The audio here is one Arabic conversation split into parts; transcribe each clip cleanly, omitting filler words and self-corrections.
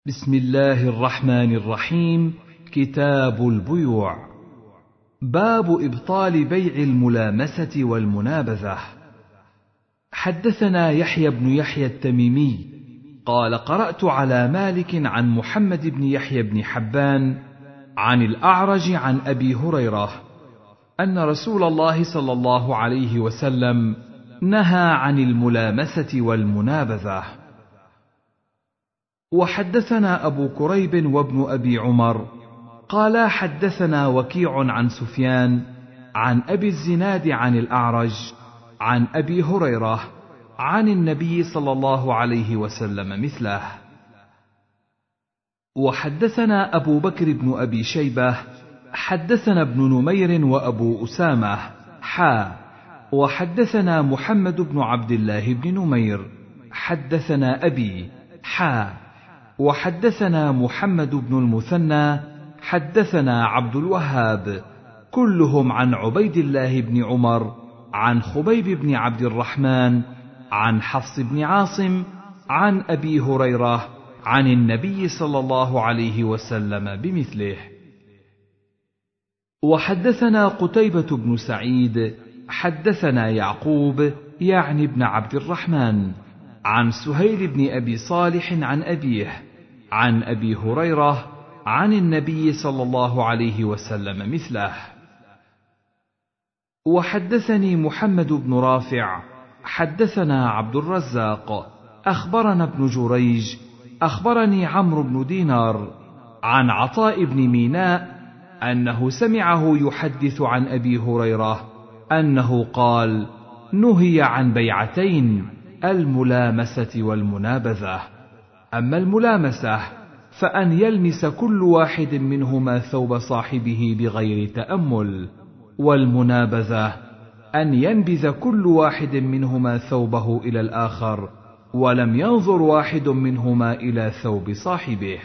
بسم الله الرحمن الرحيم. كتاب البيوع. باب إبطال بيع الملامسة والمنابذة. حدثنا يحيى بن يحيى التميمي قال قرأت على مالك عن محمد بن يحيى بن حبان عن الأعرج عن أبي هريرة أن رسول الله صلى الله عليه وسلم نهى عن الملامسة والمنابذة. وحدثنا أبو كريب وابن أبي عمر قالا حدثنا وكيع عن سفيان عن أبي الزناد عن الأعرج عن أبي هريرة عن النبي صلى الله عليه وسلم مثله. وحدثنا أبو بكر بن أبي شيبة حدثنا ابن نمير وأبو أسامة وحدثنا محمد بن عبد الله بن نمير حدثنا أبي وحدثنا محمد بن المثنى حدثنا عبد الوهاب كلهم عن عبيد الله بن عمر عن خبيب بن عبد الرحمن عن حفص بن عاصم عن أبي هريرة عن النبي صلى الله عليه وسلم بمثله. وحدثنا قتيبة بن سعيد حدثنا يعقوب يعني ابن عبد الرحمن عن سهيل بن أبي صالح عن أبيه عن أبي هريرة عن النبي صلى الله عليه وسلم مثله. وحدثني محمد بن رافع حدثنا عبد الرزاق أخبرنا ابن جريج أخبرني عمرو بن دينار عن عطاء بن ميناء أنه سمعه يحدث عن أبي هريرة أنه قال: نهي عن بيعتين، الملامسة والمنابذة. أما الملامسة فأن يلمس كل واحد منهما ثوب صاحبه بغير تأمل، والمنابذة أن ينبذ كل واحد منهما ثوبه إلى الآخر ولم ينظر واحد منهما إلى ثوب صاحبه.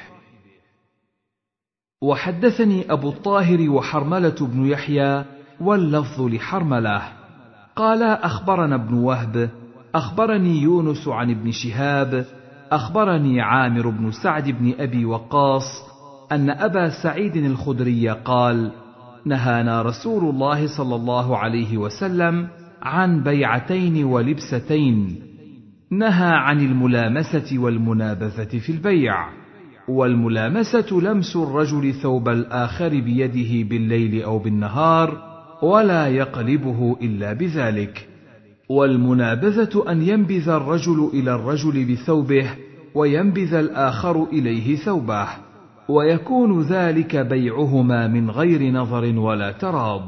وحدثني أبو الطاهر وحرملة بن يحيى واللفظ لحرملة قال أخبرنا ابن وهب أخبرني يونس عن ابن شهاب أخبرني عامر بن سعد بن أبي وقاص أن أبا سعيد الخدري قال: نهانا رسول الله صلى الله عليه وسلم عن بيعتين ولبستين، نهى عن الملامسة والمنابذة في البيع، والملامسة لمس الرجل ثوب الآخر بيده بالليل أو بالنهار ولا يقلبه إلا بذلك، والمنابذة أن ينبذ الرجل إلى الرجل بثوبه وينبذ الآخر إليه ثوبه، ويكون ذلك بيعهما من غير نظر ولا تراض.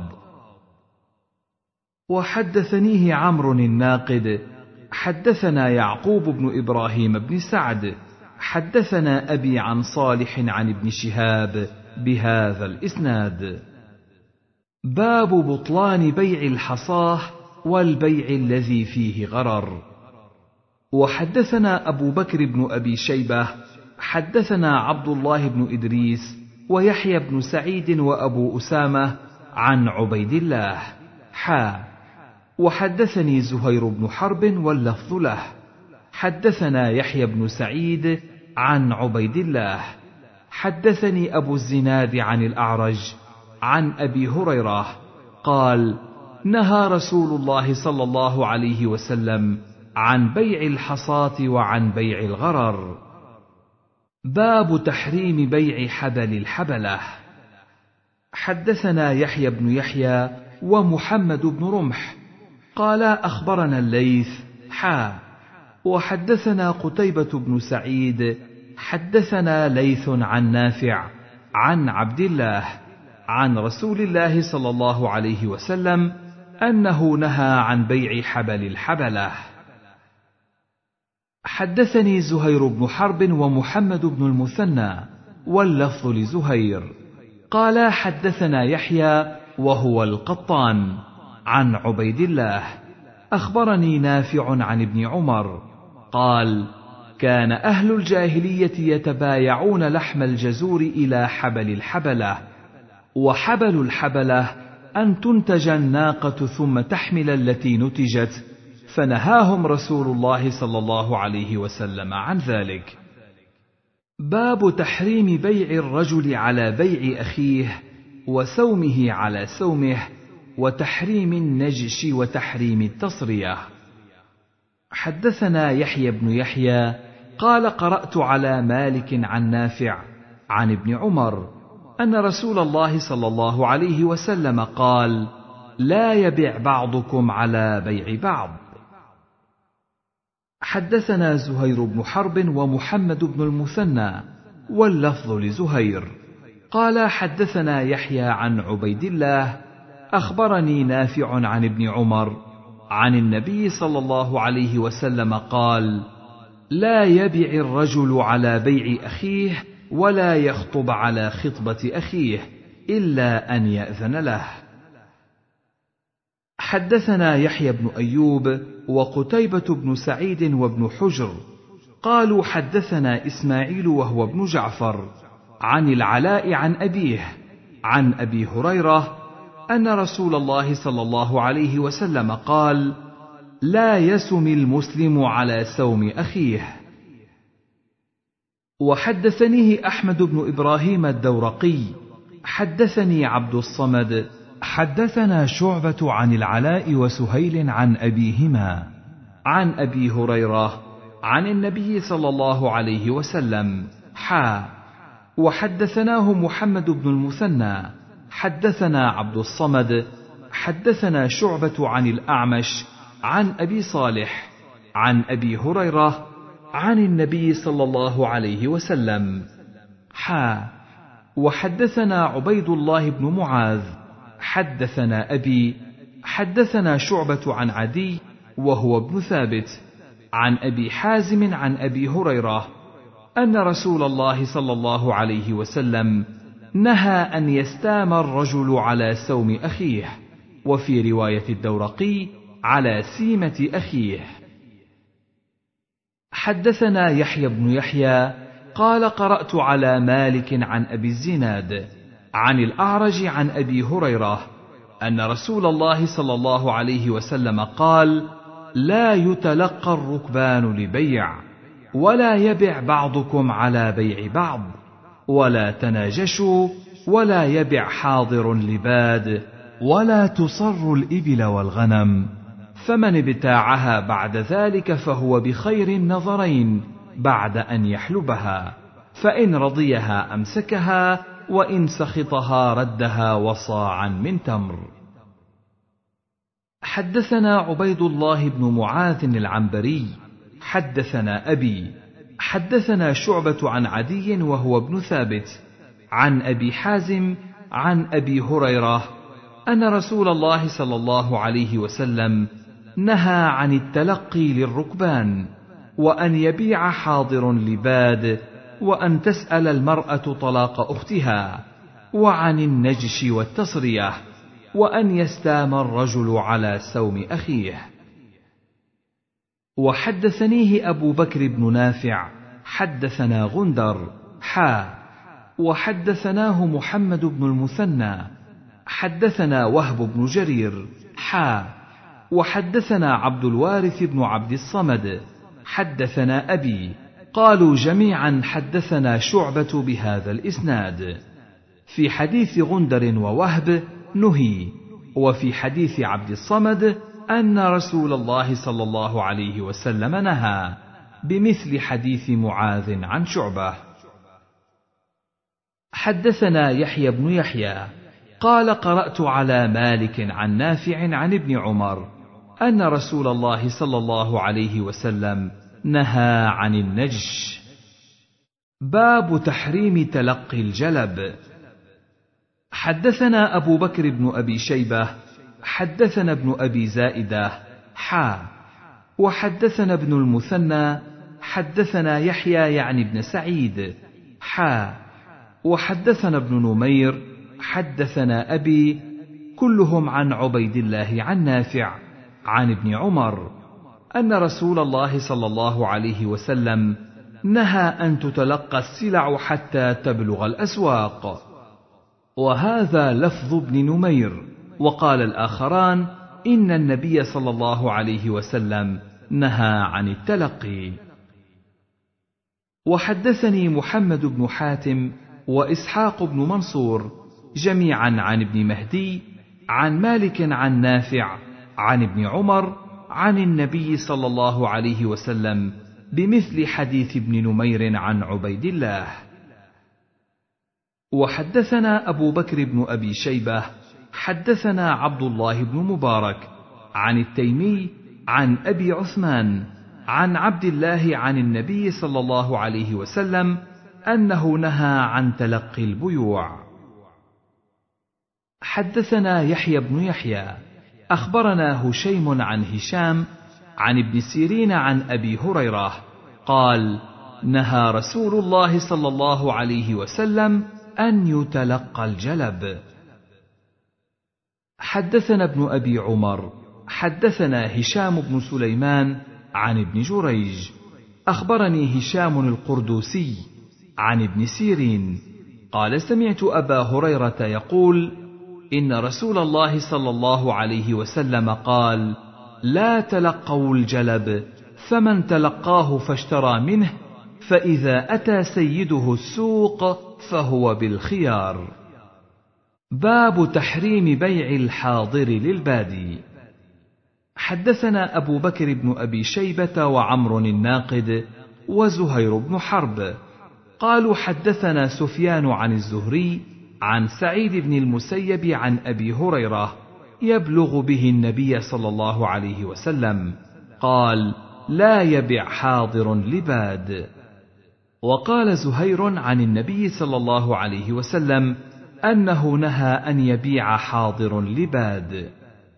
وحدثنيه عمرو الناقد حدثنا يعقوب بن إبراهيم بن سعد حدثنا أبي عن صالح عن ابن شهاب بهذا الإسناد. باب بطلان بيع الحصاه والبيع الذي فيه غرر. وحدثنا أبو بكر بن أبي شيبة حدثنا عبد الله بن إدريس ويحيى بن سعيد وأبو أسامة عن عبيد الله وحدثني زهير بن حرب واللفظ له حدثنا يحيى بن سعيد عن عبيد الله حدثني أبو الزناد عن الأعرج عن أبي هريرة قال: نهى رسول الله صلى الله عليه وسلم عن بيع الحصاة وعن بيع الغرر. باب تحريم بيع حبل الحبلة. حدثنا يحيى بن يحيى ومحمد بن رمح قال أخبرنا الليث وحدثنا قتيبة بن سعيد حدثنا ليث عن نافع عن عبد الله عن رسول الله صلى الله عليه وسلم أنه نهى عن بيع حبل الحبلة. حدثني زهير بن حرب ومحمد بن المثنى واللفظ لزهير قال حدثنا يحيى وهو القطان عن عبيد الله أخبرني نافع عن ابن عمر قال: كان أهل الجاهلية يتبايعون لحم الجزور إلى حبل الحبلة، وحبل الحبلة أن تنتج الناقة ثم تحمل التي نتجت، فنهاهم رسول الله صلى الله عليه وسلم عن ذلك. باب تحريم بيع الرجل على بيع أخيه، وسومه على سومه، وتحريم النجش وتحريم التصرية. حدثنا يحيى بن يحيى قال قرأت على مالك عن نافع عن ابن عمر أن رسول الله صلى الله عليه وسلم قال: لا يبع بعضكم على بيع بعض. حدثنا زهير بن حرب ومحمد بن المثنى واللفظ لزهير قال حدثنا يحيى عن عبيد الله أخبرني نافع عن ابن عمر عن النبي صلى الله عليه وسلم قال: لا يبع الرجل على بيع أخيه ولا يخطب على خطبة أخيه إلا أن يأذن له. حدثنا يحيى بن أيوب وقتيبة بن سعيد وابن حجر قالوا حدثنا إسماعيل وهو ابن جعفر عن العلاء عن أبيه عن أبي هريرة أن رسول الله صلى الله عليه وسلم قال: لا يسم المسلم على سوم أخيه. وحدثنيه أحمد بن إبراهيم الدورقي حدثني عبد الصمد حدثنا شعبة عن العلاء وسهيل عن أبيهما عن أبي هريرة عن النبي صلى الله عليه وسلم وحدثناه محمد بن المثنى حدثنا عبد الصمد حدثنا شعبة عن الأعمش عن أبي صالح عن أبي هريرة عن النبي صلى الله عليه وسلم وحدثنا عبيد الله بن معاذ حدثنا أبي حدثنا شعبة عن عدي وهو ابن ثابت عن أبي حازم عن أبي هريرة أن رسول الله صلى الله عليه وسلم نهى أن يستام الرجل على سوم أخيه، وفي رواية الدورقي على سيمة أخيه. حدثنا يحيى بن يحيى قال قرأت على مالك عن أبي الزناد عن الأعرج عن أبي هريرة أن رسول الله صلى الله عليه وسلم قال: لا يتلقى الركبان لبيع، ولا يبع بعضكم على بيع بعض، ولا تناجشوا، ولا يبع حاضر لباد، ولا تصر الإبل والغنم، فمن ابتاعها بعد ذلك فهو بخير النظرين بعد أن يحلبها، فإن رضيها أمسكها، وإن سخطها ردها وصاعا من تمر. حدثنا عبيد الله بن معاذ العنبري حدثنا أبي حدثنا شعبة عن عدي وهو ابن ثابت عن أبي حازم عن أبي هريرة أن رسول الله صلى الله عليه وسلم نهى عن التلقي للركبان، وأن يبيع حاضر لباد، وأن تسأل المرأة طلاق أختها، وعن النجش والتصرية، وأن يستام الرجل على سوم أخيه. وحدثنيه أبو بكر بن نافع حدثنا غندر وحدثناه محمد بن المثنى حدثنا وهب بن جرير وحدثنا عبد الوارث بن عبد الصمد حدثنا أبي قالوا جميعا حدثنا شعبة بهذا الإسناد. في حديث غندر ووهب نهي، وفي حديث عبد الصمد أن رسول الله صلى الله عليه وسلم نهى، بمثل حديث معاذ عن شعبة. حدثنا يحيى بن يحيى قال قرأت على مالك عن نافع عن ابن عمر أن رسول الله صلى الله عليه وسلم نهى عن النجش. باب تحريم تلقي الجلب. حدثنا أبو بكر بن أبي شيبة حدثنا ابن أبي زائدة وحدثنا ابن المثنى حدثنا يحيى يعني ابن سعيد وحدثنا ابن نمير حدثنا أبي كلهم عن عبيد الله عن نافع عن ابن عمر أن رسول الله صلى الله عليه وسلم نهى أن تتلقى السلع حتى تبلغ الأسواق. وهذا لفظ ابن نمير. وقال الآخران إن النبي صلى الله عليه وسلم نهى عن التلقي. وحدثني محمد بن حاتم وإسحاق بن منصور جميعا عن ابن مهدي عن مالك عن نافع عن ابن عمر عن النبي صلى الله عليه وسلم بمثل حديث ابن نمير عن عبيد الله. وحدثنا أبو بكر بن أبي شيبة حدثنا عبد الله بن مبارك عن التيمي عن أبي عثمان عن عبد الله عن النبي صلى الله عليه وسلم أنه نهى عن تلقي البيوع. حدثنا يحيى بن يحيى أخبرنا هشيم عن هشام عن ابن سيرين عن أبي هريرة قال: نهى رسول الله صلى الله عليه وسلم أن يتلقى الجلب. حدثنا ابن أبي عمر حدثنا هشام بن سليمان عن ابن جريج أخبرني هشام القردوسي عن ابن سيرين قال: سمعت أبا هريرة يقول: إن رسول الله صلى الله عليه وسلم قال: لا تلقوا الجلب، فمن تلقاه فاشترى منه فإذا أتى سيده السوق فهو بالخيار. باب تحريم بيع الحاضر للبادي. حدثنا أبو بكر بن أبي شيبة وعمر الناقد وزهير بن حرب قالوا: حدثنا سفيان عن الزهري عن سعيد بن المسيب عن أبي هريرة يبلغ به النبي صلى الله عليه وسلم قال: لا يبع حاضر لباد. وقال زهير عن النبي صلى الله عليه وسلم أنه نهى أن يبيع حاضر لباد.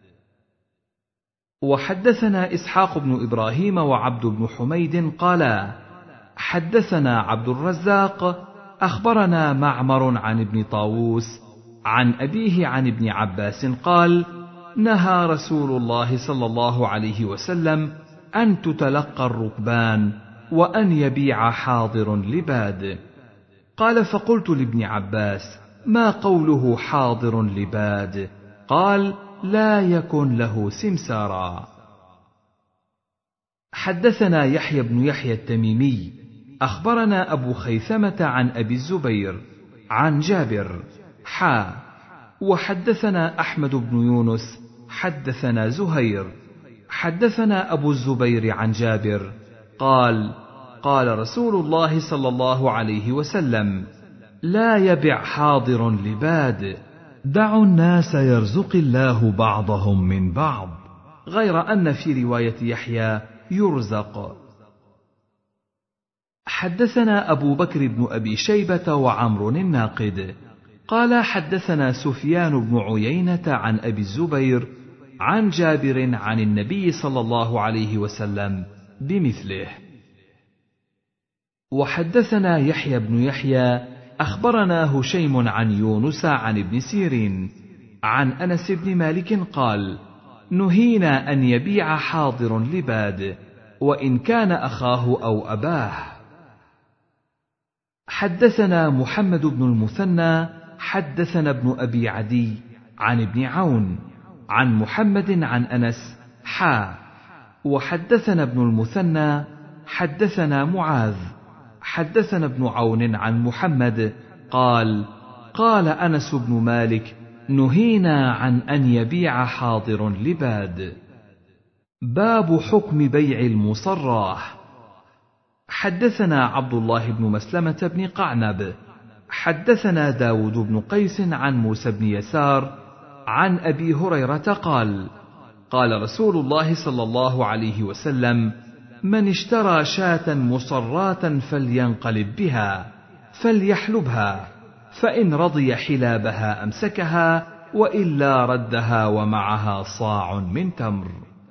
وحدثنا إسحاق بن إبراهيم وعبد بن حميد قالا: حدثنا عبد الرزاق أخبرنا معمر عن ابن طاووس عن أبيه عن ابن عباس قال: نهى رسول الله صلى الله عليه وسلم أن تتلقى الركبان وأن يبيع حاضر لباد. قال: فقلت لابن عباس: ما قوله حاضر لباد؟ قال: لا يكن له سمسارا. حدثنا يحيى بن يحيى التميمي أخبرنا أبو خيثمة عن أبي الزبير عن جابر وحدثنا أحمد بن يونس حدثنا زهير حدثنا أبو الزبير عن جابر قال: قال رسول الله صلى الله عليه وسلم: لا يبع حاضر لباد، دعوا الناس يرزق الله بعضهم من بعض، غير أن في رواية يحيى يرزق. حدثنا أبو بكر بن أبي شيبة وعمر الناقد قال: حدثنا سفيان بن عيينة عن أبي الزبير عن جابر عن النبي صلى الله عليه وسلم بمثله. وحدثنا يحيى بن يحيى أخبرنا هشيم عن يونس عن ابن سيرين عن أنس بن مالك قال: نهينا أن يبيع حاضر لباد وإن كان أخاه أو أباه. حدثنا محمد بن المثنى حدثنا ابن أبي عدي عن ابن عون عن محمد عن أنس وحدثنا ابن المثنى حدثنا معاذ حدثنا ابن عون عن محمد قال: قال أنس بن مالك: نهينا عن أن يبيع حاضر لباد. باب حكم بيع المصراه. حدثنا عبد الله بن مسلمة بن قعنب حدثنا داود بن قيس عن موسى بن يسار عن أبي هريرة قال: قال رسول الله صلى الله عليه وسلم: من اشترى شاة مصراة فلينقلب بها فليحلبها، فإن رضي حلابها أمسكها وإلا ردها ومعها صاع من تمر.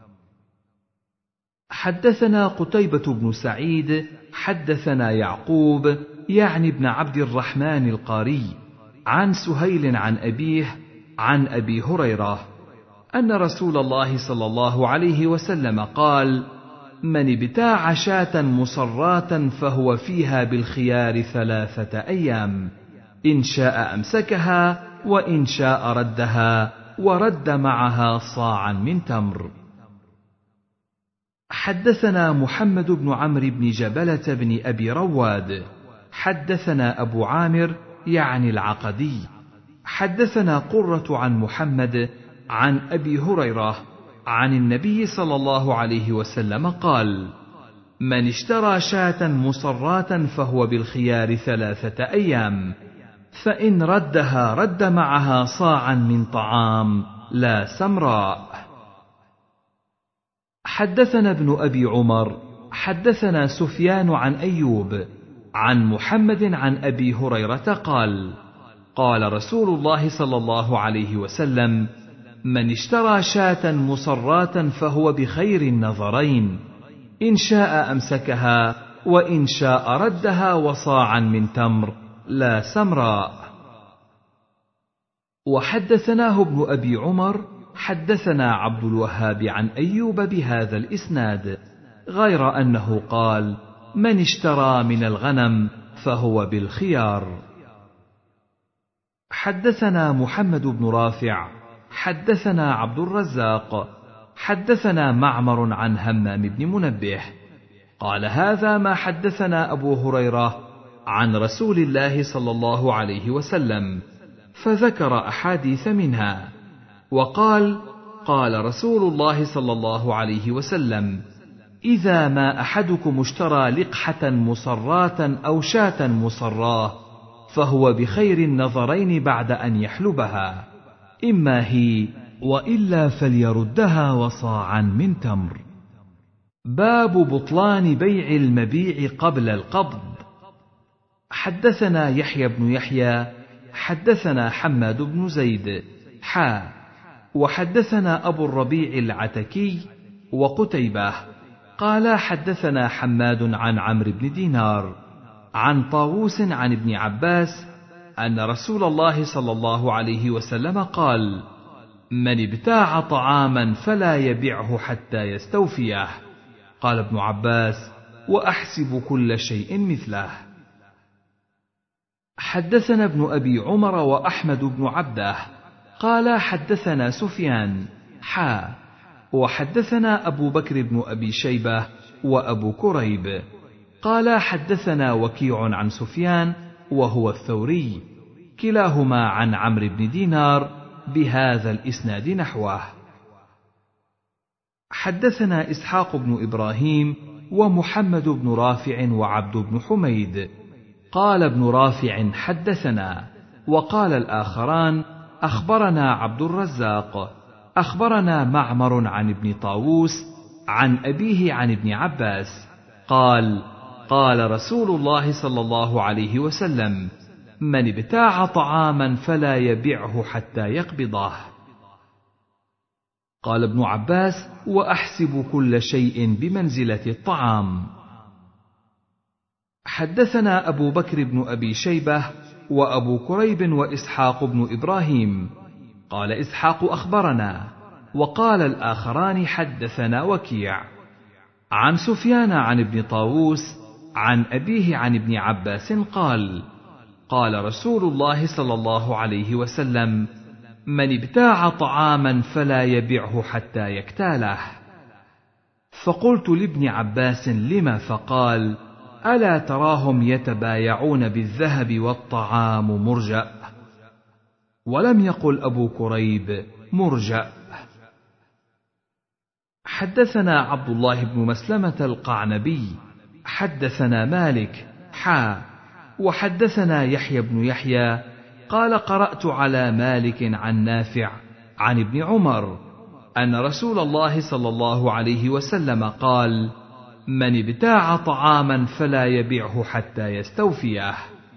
حدثنا قتيبة بن سعيد حدثنا يعقوب يعني ابن عبد الرحمن القاري عن سهيل عن أبيه عن أبي هريرة أن رسول الله صلى الله عليه وسلم قال: من ابتاع شاة مصراة فهو فيها بالخيار 3 أيام، إن شاء أمسكها وإن شاء ردها ورد معها صاعا من تمر. حدثنا محمد بن عمرو بن جبلة بن أبي رواد حدثنا أبو عامر يعني العقدي حدثنا قرة عن محمد عن أبي هريرة عن النبي صلى الله عليه وسلم قال: من اشترى شاة مصراة فهو بالخيار 3 أيام، فإن ردها رد معها صاعا من طعام لا سمراء. حدثنا ابن أبي عمر حدثنا سفيان عن أيوب عن محمد عن أبي هريرة قال: قال رسول الله صلى الله عليه وسلم: من اشترى شاة مصراة فهو بخير النظرين، إن شاء أمسكها وإن شاء ردها وصاعا من تمر لا سمراء. وحدثناه ابن أبي عمر حدثنا عبد الوهاب عن أيوب بهذا الإسناد، غير أنه قال: من اشترى من الغنم فهو بالخيار. حدثنا محمد بن رافع حدثنا عبد الرزاق حدثنا معمر عن همام بن منبه قال: هذا ما حدثنا أبو هريرة عن رسول الله صلى الله عليه وسلم، فذكر أحاديث منها، وقال: قال رسول الله صلى الله عليه وسلم: إذا ما أحدكم اشترى لقحة مصراة أو شاة مصراه فهو بخير النظرين بعد أن يحلبها، إما هي وإلا فليردها وصاعا من تمر. باب بطلان بيع المبيع قبل القبض. حدثنا يحيى بن يحيى حدثنا حماد بن زيد وحدثنا أبو الربيع العتكي وقتيبة قال: حدثنا حماد عن عمرو بن دينار عن طاووس عن ابن عباس أن رسول الله صلى الله عليه وسلم قال: من ابتاع طعاما فلا يبعه حتى يستوفيه. قال ابن عباس: وأحسب كل شيء مثله. حدثنا ابن أبي عمر وأحمد بن عبده قال: حدثنا سفيان وحدثنا أبو بكر بن أبي شيبة وأبو كريب قال: حدثنا وكيع عن سفيان وهو الثوري كلاهما عن عمرو بن دينار بهذا الإسناد نحوه. حدثنا إسحاق بن إبراهيم ومحمد بن رافع وعبد بن حميد قال ابن رافع: حدثنا، وقال الآخران: أخبرنا عبد الرزاق أخبرنا معمر عن ابن طاووس عن أبيه عن ابن عباس قال: قال رسول الله صلى الله عليه وسلم: من ابتاع طعاما فلا يبعه حتى يقبضه. قال ابن عباس: وأحسب كل شيء بمنزلة الطعام. حدثنا أبو بكر بن أبي شيبة وأبو كريب وإسحاق بن إبراهيم قال إسحاق: أخبرنا، وقال الآخران: حدثنا وكيع عن سفيان عن ابن طاووس عن أبيه عن ابن عباس قال: قال رسول الله صلى الله عليه وسلم: من ابتاع طعاما فلا يبعه حتى يكتاله. فقلت لابن عباس: لم؟ فقال: ألا تراهم يتبايعون بالذهب والطعام مرجأ؟ ولم يقل أبو كريب مرجأ. حدثنا عبد الله بن مسلمة القعنبي حدثنا مالك وحدثنا يحيى بن يحيى قال: قرأت على مالك عن نافع عن ابن عمر أن رسول الله صلى الله عليه وسلم قال: من ابتاع طعاما فلا يبعه حتى يستوفيه.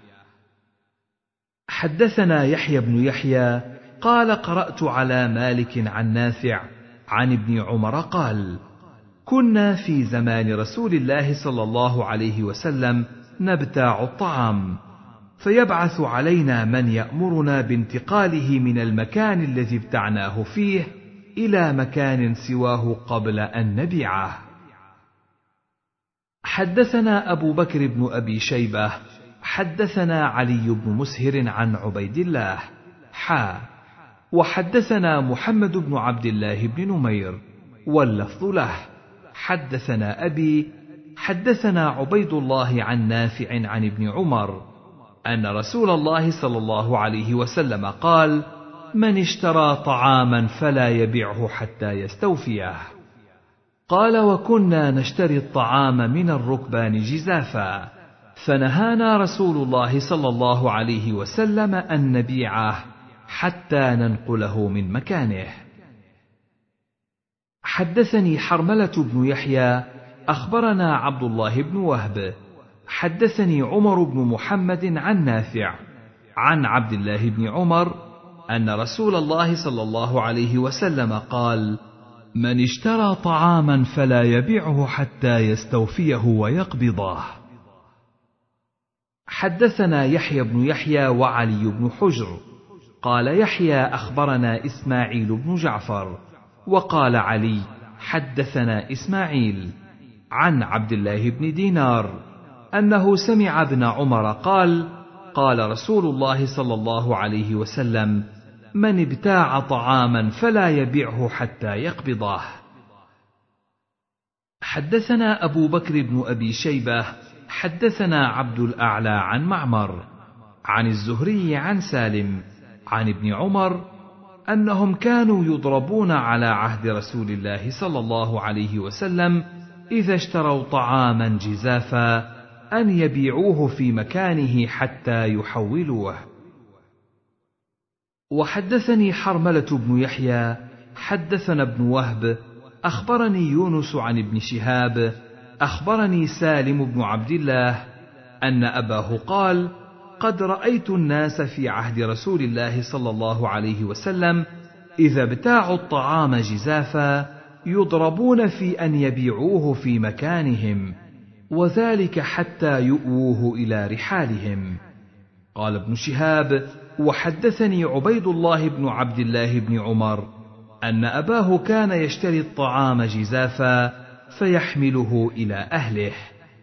حدثنا يحيى بن يحيى قال: قرأت على مالك عن نافع عن ابن عمر قال: كنا في زمان رسول الله صلى الله عليه وسلم نبتاع الطعام، فيبعث علينا من يأمرنا بانتقاله من المكان الذي ابتعناه فيه إلى مكان سواه قبل أن نبيعه. حدثنا أبو بكر بن أبي شيبة حدثنا علي بن مسهر عن عبيد الله وحدثنا محمد بن عبد الله بن نمير واللفظ له حدثنا أبي حدثنا عبيد الله عن نافع عن ابن عمر أن رسول الله صلى الله عليه وسلم قال: من اشترى طعاما فلا يبيعه حتى يستوفيه. قال: وكنا نشتري الطعام من الركبان جزافا، فنهانا رسول الله صلى الله عليه وسلم أن نبيعه حتى ننقله من مكانه. حدثني حرملة بن يحيى أخبرنا عبد الله بن وهب حدثني عمر بن محمد عن نافع عن عبد الله بن عمر أن رسول الله صلى الله عليه وسلم قال: من اشترى طعاما فلا يبيعه حتى يستوفيه ويقبضه. حدثنا يحيى بن يحيى وعلي بن حجر قال يحيى أخبرنا إسماعيل بن جعفر وقال علي حدثنا إسماعيل عن عبد الله بن دينار أنه سمع ابن عمر قال: قال رسول الله صلى الله عليه وسلم: من ابتاع طعاما فلا يبيعه حتى يقبضه. حدثنا أبو بكر بن أبي شيبة حدثنا عبد الأعلى عن معمر عن الزهري عن سالم عن ابن عمر أنهم كانوا يضربون على عهد رسول الله صلى الله عليه وسلم إذا اشتروا طعاما جزافا أن يبيعوه في مكانه حتى يحولوه. وحدثني حرملة بن يحيى حدثنا ابن وهب أخبرني يونس عن ابن شهاب أخبرني سالم بن عبد الله أن أباه قال: قد رأيت الناس في عهد رسول الله صلى الله عليه وسلم إذا ابتاعوا الطعام جزافا يضربون في أن يبيعوه في مكانهم، وذلك حتى يؤووه إلى رحالهم. قال ابن شهاب: وحدثني عبيد الله بن عبد الله بن عمر أن أباه كان يشتري الطعام جزافا فيحمله إلى أهله.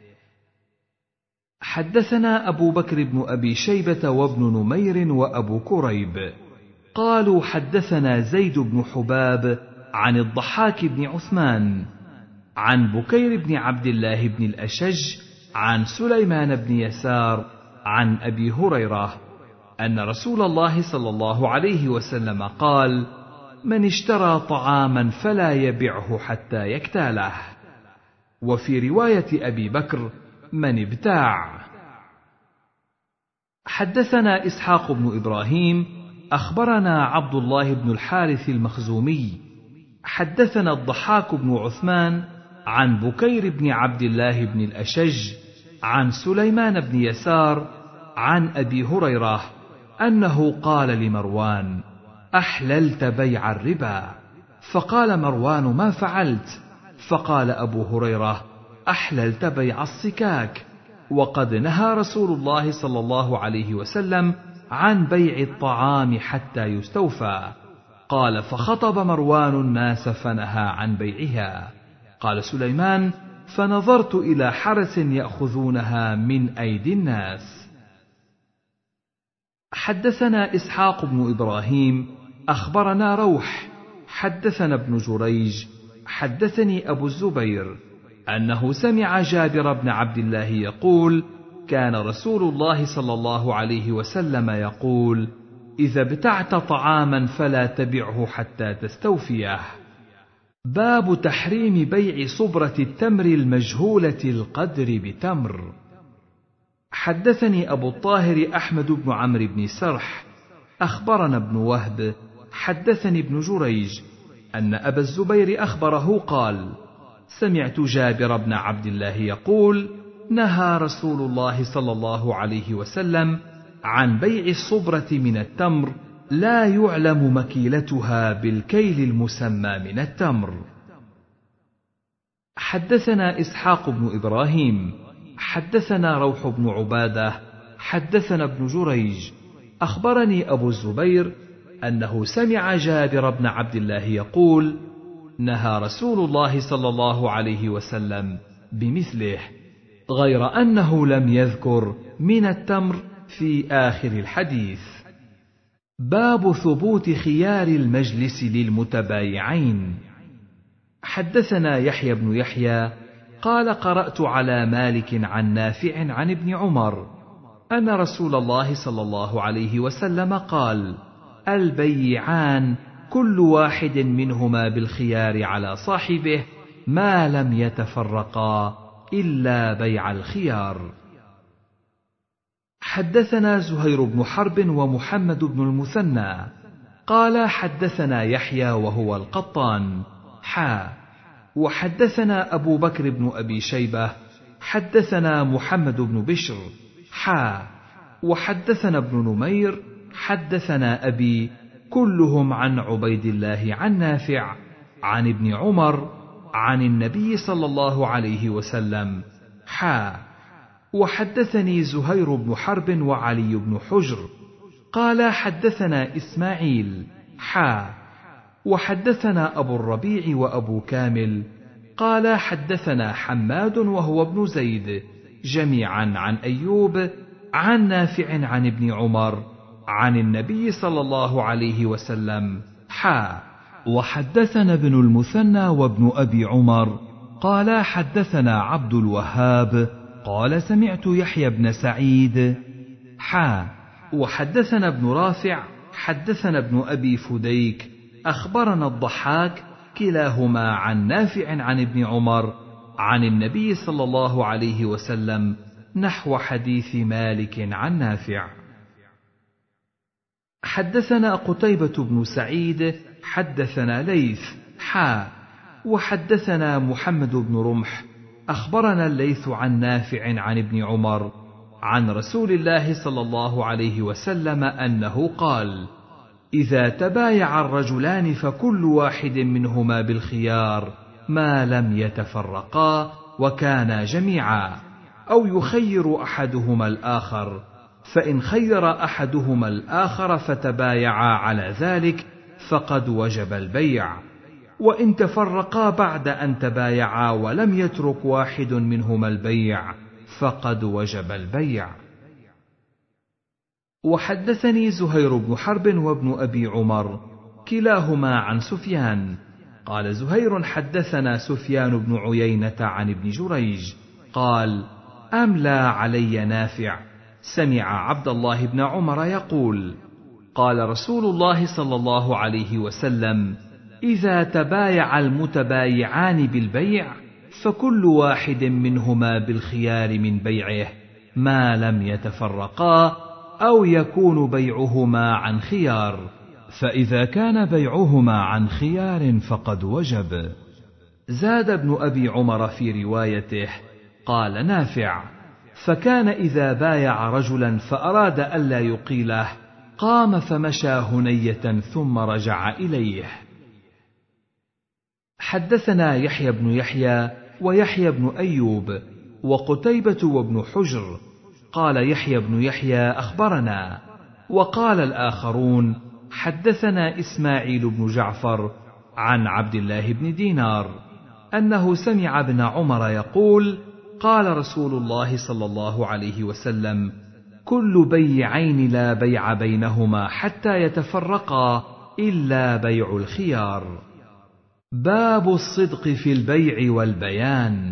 حدثنا أبو بكر بن أبي شيبة وابن نمير وأبو كريب قالوا حدثنا زيد بن حباب عن الضحاك بن عثمان عن بكير بن عبد الله بن الأشج عن سليمان بن يسار عن أبي هريرة أن رسول الله صلى الله عليه وسلم قال: من اشترى طعاما فلا يبيعه حتى يكتاله. وفي رواية أبي بكر: من ابتاع. حدثنا إسحاق بن إبراهيم أخبرنا عبد الله بن الحارث المخزومي حدثنا الضحاك بن عثمان عن بكير بن عبد الله بن الأشج عن سليمان بن يسار عن أبي هريرة أنه قال لمروان: أحللت بيع الربا؟ فقال مروان: ما فعلت؟ فقال أبو هريرة: أحللت بيع الصكاك، وقد نهى رسول الله صلى الله عليه وسلم عن بيع الطعام حتى يستوفى. قال: فخطب مروان الناس فنهى عن بيعها. قال سليمان: فنظرت إلى حرس يأخذونها من أيدي الناس. حدثنا إسحاق بن إبراهيم أخبرنا روح حدثنا ابن جريج حدثني أبو الزبير أنه سمع جابر بن عبد الله يقول: كان رسول الله صلى الله عليه وسلم يقول: إذا ابتعت طعاما فلا تبعه حتى تستوفيه. باب تحريم بيع صبرة التمر المجهولة القدر بتمر. حدثني أبو الطاهر أحمد بن عمرو بن سرح أخبرنا ابن وهب حدثني ابن جريج أن أبا الزبير أخبره قال: سمعت جابر بن عبد الله يقول: نهى رسول الله صلى الله عليه وسلم عن بيع الصبرة من التمر لا يعلم مكيلتها بالكيل المسمى من التمر. حدثنا إسحاق بن إبراهيم حدثنا روح بن عبادة حدثنا ابن جريج أخبرني أبو الزبير أنه سمع جابر بن عبد الله يقول: نهى رسول الله صلى الله عليه وسلم بمثله، غير أنه لم يذكر من التمر في آخر الحديث. باب ثبوت خيار المجلس للمتبايعين. حدثنا يحيى بن يحيى قال قرأت على مالك عن نافع عن ابن عمر أن رسول الله صلى الله عليه وسلم قال: البيعان كل واحد منهما بالخيار على صاحبه ما لم يتفرقا إلا بيع الخيار. حدثنا زهير بن حرب ومحمد بن المثنى قال حدثنا يحيى وهو القطان وحدثنا أبو بكر بن أبي شيبة حدثنا محمد بن بشر وحدثنا ابن نمير حدثنا أبي كلهم عن عبيد الله عن نافع عن ابن عمر عن النبي صلى الله عليه وسلم وحدثني زهير بن حرب وعلي بن حجر قال حدثنا إسماعيل وحدثنا أبو الربيع وأبو كامل قال حدثنا حماد وهو ابن زيد جميعا عن أيوب عن نافع عن ابن عمر عن النبي صلى الله عليه وسلم وحدثنا ابن المثنى وابن أبي عمر قال حدثنا عبد الوهاب قال سمعت يحيى بن سعيد وحدثنا ابن رافع حدثنا ابن أبي فديك أخبرنا الضحاك كلاهما عن نافع عن ابن عمر عن النبي صلى الله عليه وسلم نحو حديث مالك عن نافع. حدثنا قتيبة بن سعيد حدثنا ليث وحدثنا محمد بن رمح أخبرنا الليث عن نافع عن ابن عمر عن رسول الله صلى الله عليه وسلم أنه قال: إذا تبايع الرجلان فكل واحد منهما بالخيار ما لم يتفرقا وكانا جميعا، أو يخير أحدهما الآخر، فإن خير أحدهما الآخر فتبايعا على ذلك فقد وجب البيع، وإن تفرقا بعد أن تبايعا ولم يترك واحد منهما البيع فقد وجب البيع. وحدثني زهير بن حرب وابن أبي عمر كلاهما عن سفيان قال زهير حدثنا سفيان بن عيينة عن ابن جريج قال: أملى علي نافع سمع عبد الله بن عمر يقول: قال رسول الله صلى الله عليه وسلم: إذا تبايع المتبايعان بالبيع فكل واحد منهما بالخيار من بيعه ما لم يتفرقا أو يكون بيعهما عن خيار، فإذا كان بيعهما عن خيار فقد وجب. زاد ابن أبي عمر في روايته قال نافع: فكان إذا بايع رجلا فأراد ألا يقيله قام فمشى هنية ثم رجع إليه. حدثنا يحيى بن يحيى ويحيى بن أيوب وقتيبة وابن حجر قال يحيى بن يحيى أخبرنا، وقال الآخرون حدثنا إسماعيل بن جعفر عن عبد الله بن دينار أنه سمع ابن عمر يقول: قال رسول الله صلى الله عليه وسلم: كل بيعين لا بيع بينهما حتى يتفرقا إلا بيع الخيار. باب الصدق في البيع والبيان.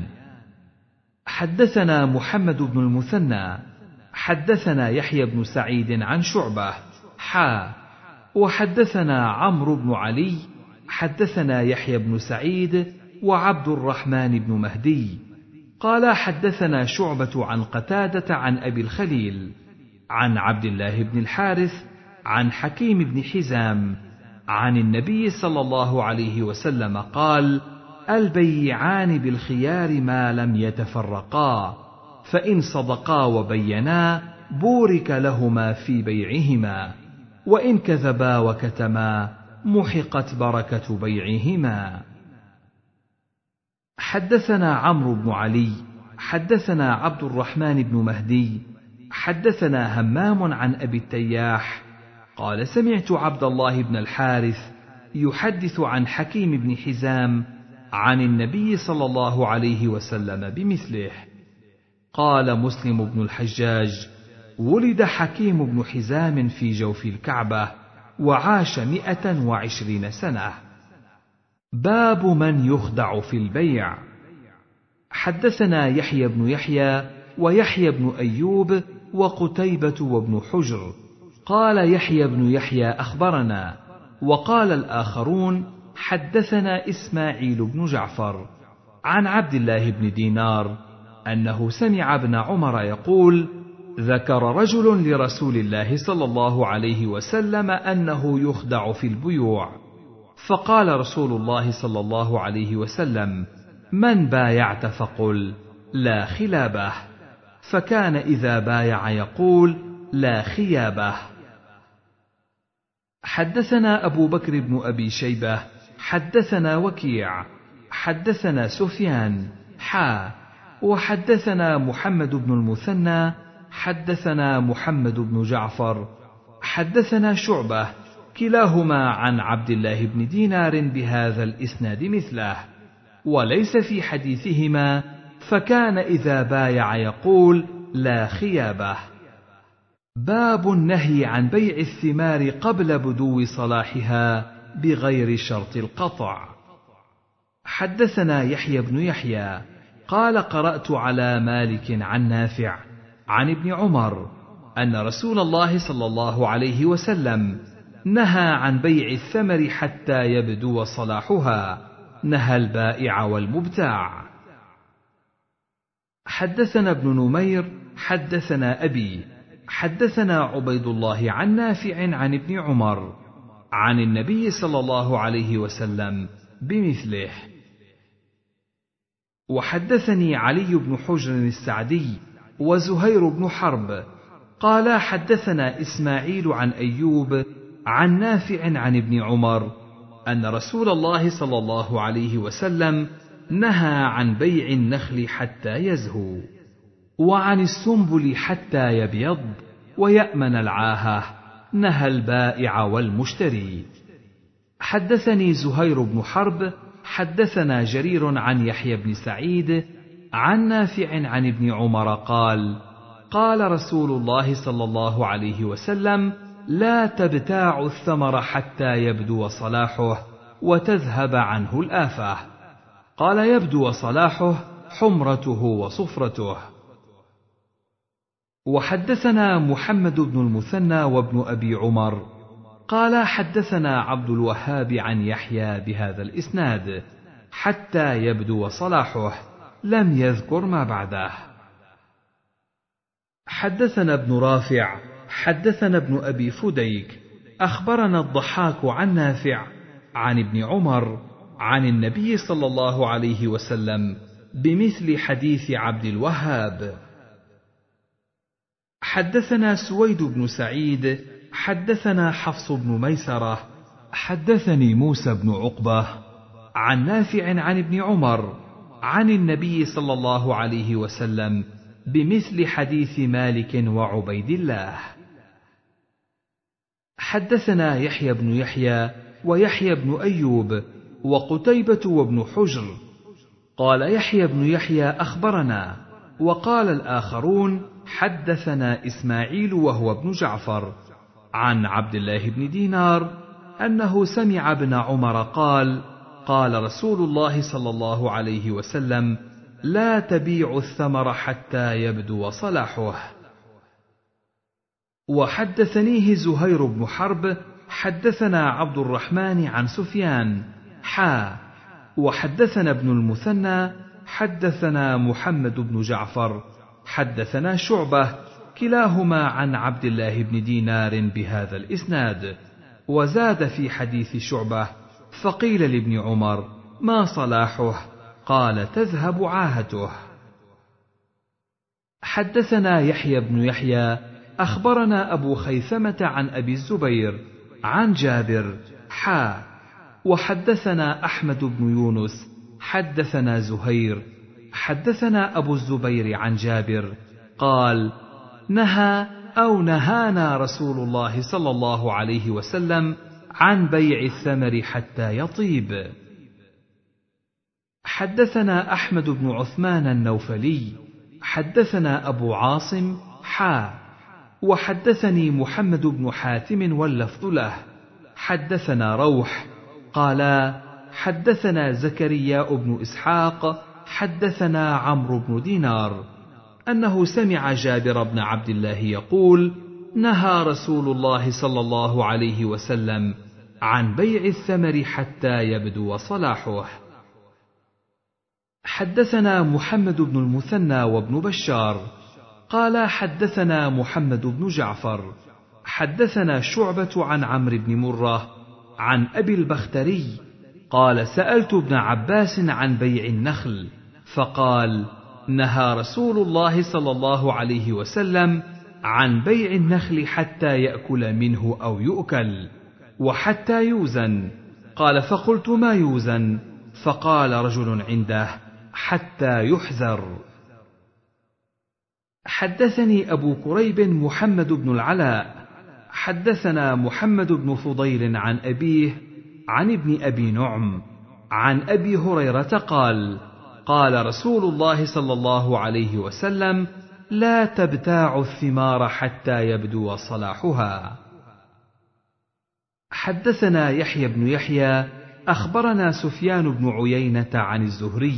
حدثنا محمد بن المثنى حدثنا يحيى بن سعيد عن شعبة وحدثنا عمرو بن علي حدثنا يحيى بن سعيد وعبد الرحمن بن مهدي قال حدثنا شعبة عن قتادة عن أبي الخليل عن عبد الله بن الحارث عن حكيم بن حزام عن النبي صلى الله عليه وسلم قال: البيعان بالخيار ما لم يتفرقا، فإن صدقا وبينا بورك لهما في بيعهما، وإن كذبا وكتما محقت بركة بيعهما. حدثنا عمرو بن علي حدثنا عبد الرحمن بن مهدي حدثنا همام عن أبي التياح قال: سمعت عبد الله بن الحارث يحدث عن حكيم بن حزام عن النبي صلى الله عليه وسلم بمثله. قال مسلم بن الحجاج: ولد حكيم بن حزام في جوف الكعبة وعاش 120 سنة. باب من يخدع في البيع. حدثنا يحيى بن يحيى ويحيى بن أيوب وقتيبة وابن حجر. قال يحيى بن يحيى أخبرنا، وقال الآخرون حدثنا إسماعيل بن جعفر عن عبد الله بن دينار أنه سمع ابن عمر يقول: ذكر رجل لرسول الله صلى الله عليه وسلم أنه يخدع في البيوع، فقال رسول الله صلى الله عليه وسلم: من بايعت فقل لا خلابه، فكان إذا بايع يقول لا خيابه. حدثنا أبو بكر بن أبي شيبة حدثنا وكيع حدثنا سفيان وحدثنا محمد بن المثنى حدثنا محمد بن جعفر حدثنا شعبة كلاهما عن عبد الله بن دينار بهذا الإسناد مثله، وليس في حديثهما فكان إذا بايع يقول لا خيابه. باب النهي عن بيع الثمار قبل بدو صلاحها بغير شرط القطع. حدثنا يحيى بن يحيى قال: قرأت على مالك عن نافع عن ابن عمر أن رسول الله صلى الله عليه وسلم نهى عن بيع الثمر حتى يبدو صلاحها، نهى البائع والمبتاع. حدثنا ابن نمير حدثنا أبي حدثنا عبيد الله عن نافع عن ابن عمر عن النبي صلى الله عليه وسلم بمثله. وحدثني علي بن حجر السعدي وزهير بن حرب قال: حدثنا إسماعيل عن أيوب عن نافع عن ابن عمر أن رسول الله صلى الله عليه وسلم نهى عن بيع النخل حتى يزهو، وعن السنبل حتى يبيض ويأمن العاهة، نهى البائع والمشتري. حدثني زهير بن حرب حدثنا جرير عن يحيى بن سعيد عن نافع عن ابن عمر قال: قال رسول الله صلى الله عليه وسلم: لا تبتاعوا الثمر حتى يبدو صلاحه وتذهب عنه الآفة. قال: يبدو صلاحه حمرته وصفرته. وحدثنا محمد بن المثنى وابن أبي عمر قال: حدثنا عبد الوهاب عن يحيى بهذا الإسناد حتى يبدو صلاحه، لم يذكر ما بعده. حدثنا ابن رافع حدثنا ابن أبي فديك أخبرنا الضحاك عن نافع عن ابن عمر عن النبي صلى الله عليه وسلم بمثل حديث عبد الوهاب. حدثنا سويد بن سعيد حدثنا حفص بن ميسرة حدثني موسى بن عقبة عن نافع عن ابن عمر عن النبي صلى الله عليه وسلم بمثل حديث مالك وعبيد الله. حدثنا يحيى بن يحيى ويحيى بن أيوب وقتيبة وابن حجر. قال يحيى بن يحيى أخبرنا، وقال الآخرون حدثنا إسماعيل وهو ابن جعفر عن عبد الله بن دينار أنه سمع ابن عمر قال: قال رسول الله صلى الله عليه وسلم: لا تبيع الثمر حتى يبدو صلاحه. وحدثنيه زهير بن حرب حدثنا عبد الرحمن عن سفيان وحدثنا ابن المثنى حدثنا محمد بن جعفر حدثنا شعبة كلاهما عن عبد الله بن دينار بهذا الإسناد، وزاد في حديث شعبة: فقيل لابن عمر: ما صلاحه؟ قال: تذهب عاهته. حدثنا يحيى بن يحيى أخبرنا أبو خيثمة عن أبي الزبير عن جابر وحدثنا أحمد بن يونس حدثنا زهير حدثنا أبو الزبير عن جابر قال: نهانا رسول الله صلى الله عليه وسلم عن بيع الثمر حتى يطيب. حدثنا أحمد بن عثمان النوفلي حدثنا أبو عاصم وحدثني محمد بن حاتم واللفظ له حدثنا روح قالا: حدثنا زكريا بن إسحاق حدثنا عمرو بن دينار أنه سمع جابر بن عبد الله يقول: نهى رسول الله صلى الله عليه وسلم عن بيع الثمر حتى يبدو صلاحه. حدثنا محمد بن المثنى وابن بشار قال حدثنا محمد بن جعفر حدثنا شعبة عن عمرو بن مرة عن أبي البختري قال: سألت ابن عباس عن بيع النخل فقال: نهى رسول الله صلى الله عليه وسلم عن بيع النخل حتى يأكل منه أو يؤكل وحتى يوزن. قال: فقلت: ما يوزن؟ فقال رجل عنده: حتى يحذر. حدثني أبو كريب محمد بن العلاء حدثنا محمد بن فضيل عن أبيه عن ابن أبي نعم عن أبي هريرة قال: قال رسول الله صلى الله عليه وسلم: لا تبتاعوا الثمار حتى يبدو صلاحها. حدثنا يحيى بن يحيى أخبرنا سفيان بن عيينة عن الزهري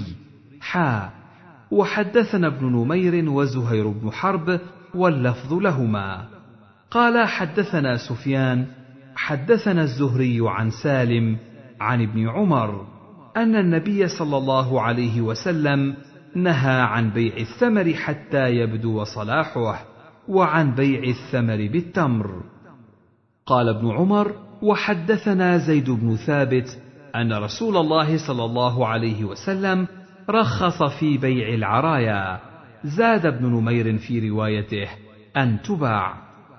وحدثنا ابن نمير وزهير بن حرب واللفظ لهما قال: حدثنا سفيان حدثنا الزهري عن سالم عن ابن عمر أن النبي صلى الله عليه وسلم نهى عن بيع الثمر حتى يبدو صلاحه وعن بيع الثمر بالتمر. قال ابن عمر: وحدثنا زيد بن ثابت أن رسول الله صلى الله عليه وسلم رخص في بيع العرايا. زاد ابن نمير في روايته: أن تباع.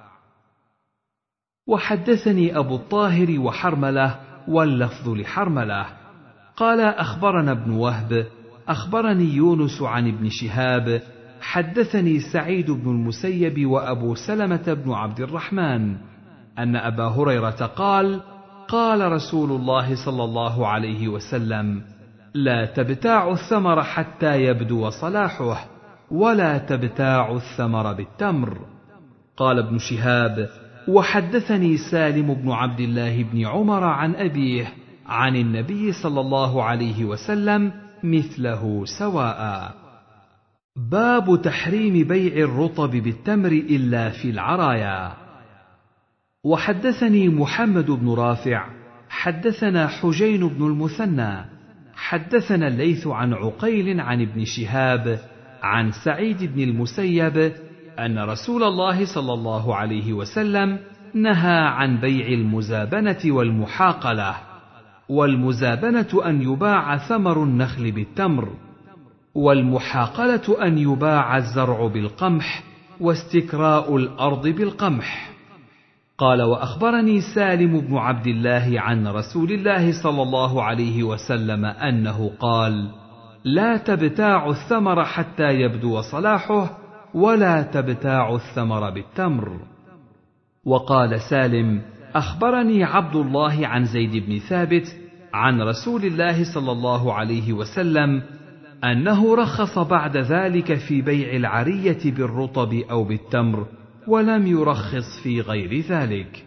وحدثني أبو الطاهر وحرملة واللفظ لحرملة قال: أخبرنا ابن وهب أخبرني يونس عن ابن شهاب حدثني سعيد بن المسيب وأبو سلمة بن عبد الرحمن أن أبا هريرة قال: قال رسول الله صلى الله عليه وسلم: لا تبتاعوا الثمر حتى يبدو صلاحه ولا تبتاعوا الثمر بالتمر. قال ابن شهاب: وحدثني سالم بن عبد الله بن عمر عن أبيه عن النبي صلى الله عليه وسلم مثله سواء. باب تحريم بيع الرطب بالتمر إلا في العرايا. وحدثني محمد بن رافع حدثنا حجين بن المثنى حدثنا الليث عن عقيل عن ابن شهاب عن سعيد بن المسيب أن رسول الله صلى الله عليه وسلم نهى عن بيع المزابنة والمحاقلة. والمزابنة أن يباع ثمر النخل بالتمر، والمحاقلة أن يباع الزرع بالقمح، واستكراء الأرض بالقمح. قال: وأخبرني سالم بن عبد الله عن رسول الله صلى الله عليه وسلم أنه قال: لا تبتاعوا الثمر حتى يبدو صلاحه ولا تبتاعوا الثمر بالتمر. وقال سالم: أخبرني عبد الله عن زيد بن ثابت عن رسول الله صلى الله عليه وسلم أنه رخص بعد ذلك في بيع العرية بالرطب أو بالتمر، ولم يرخص في غير ذلك.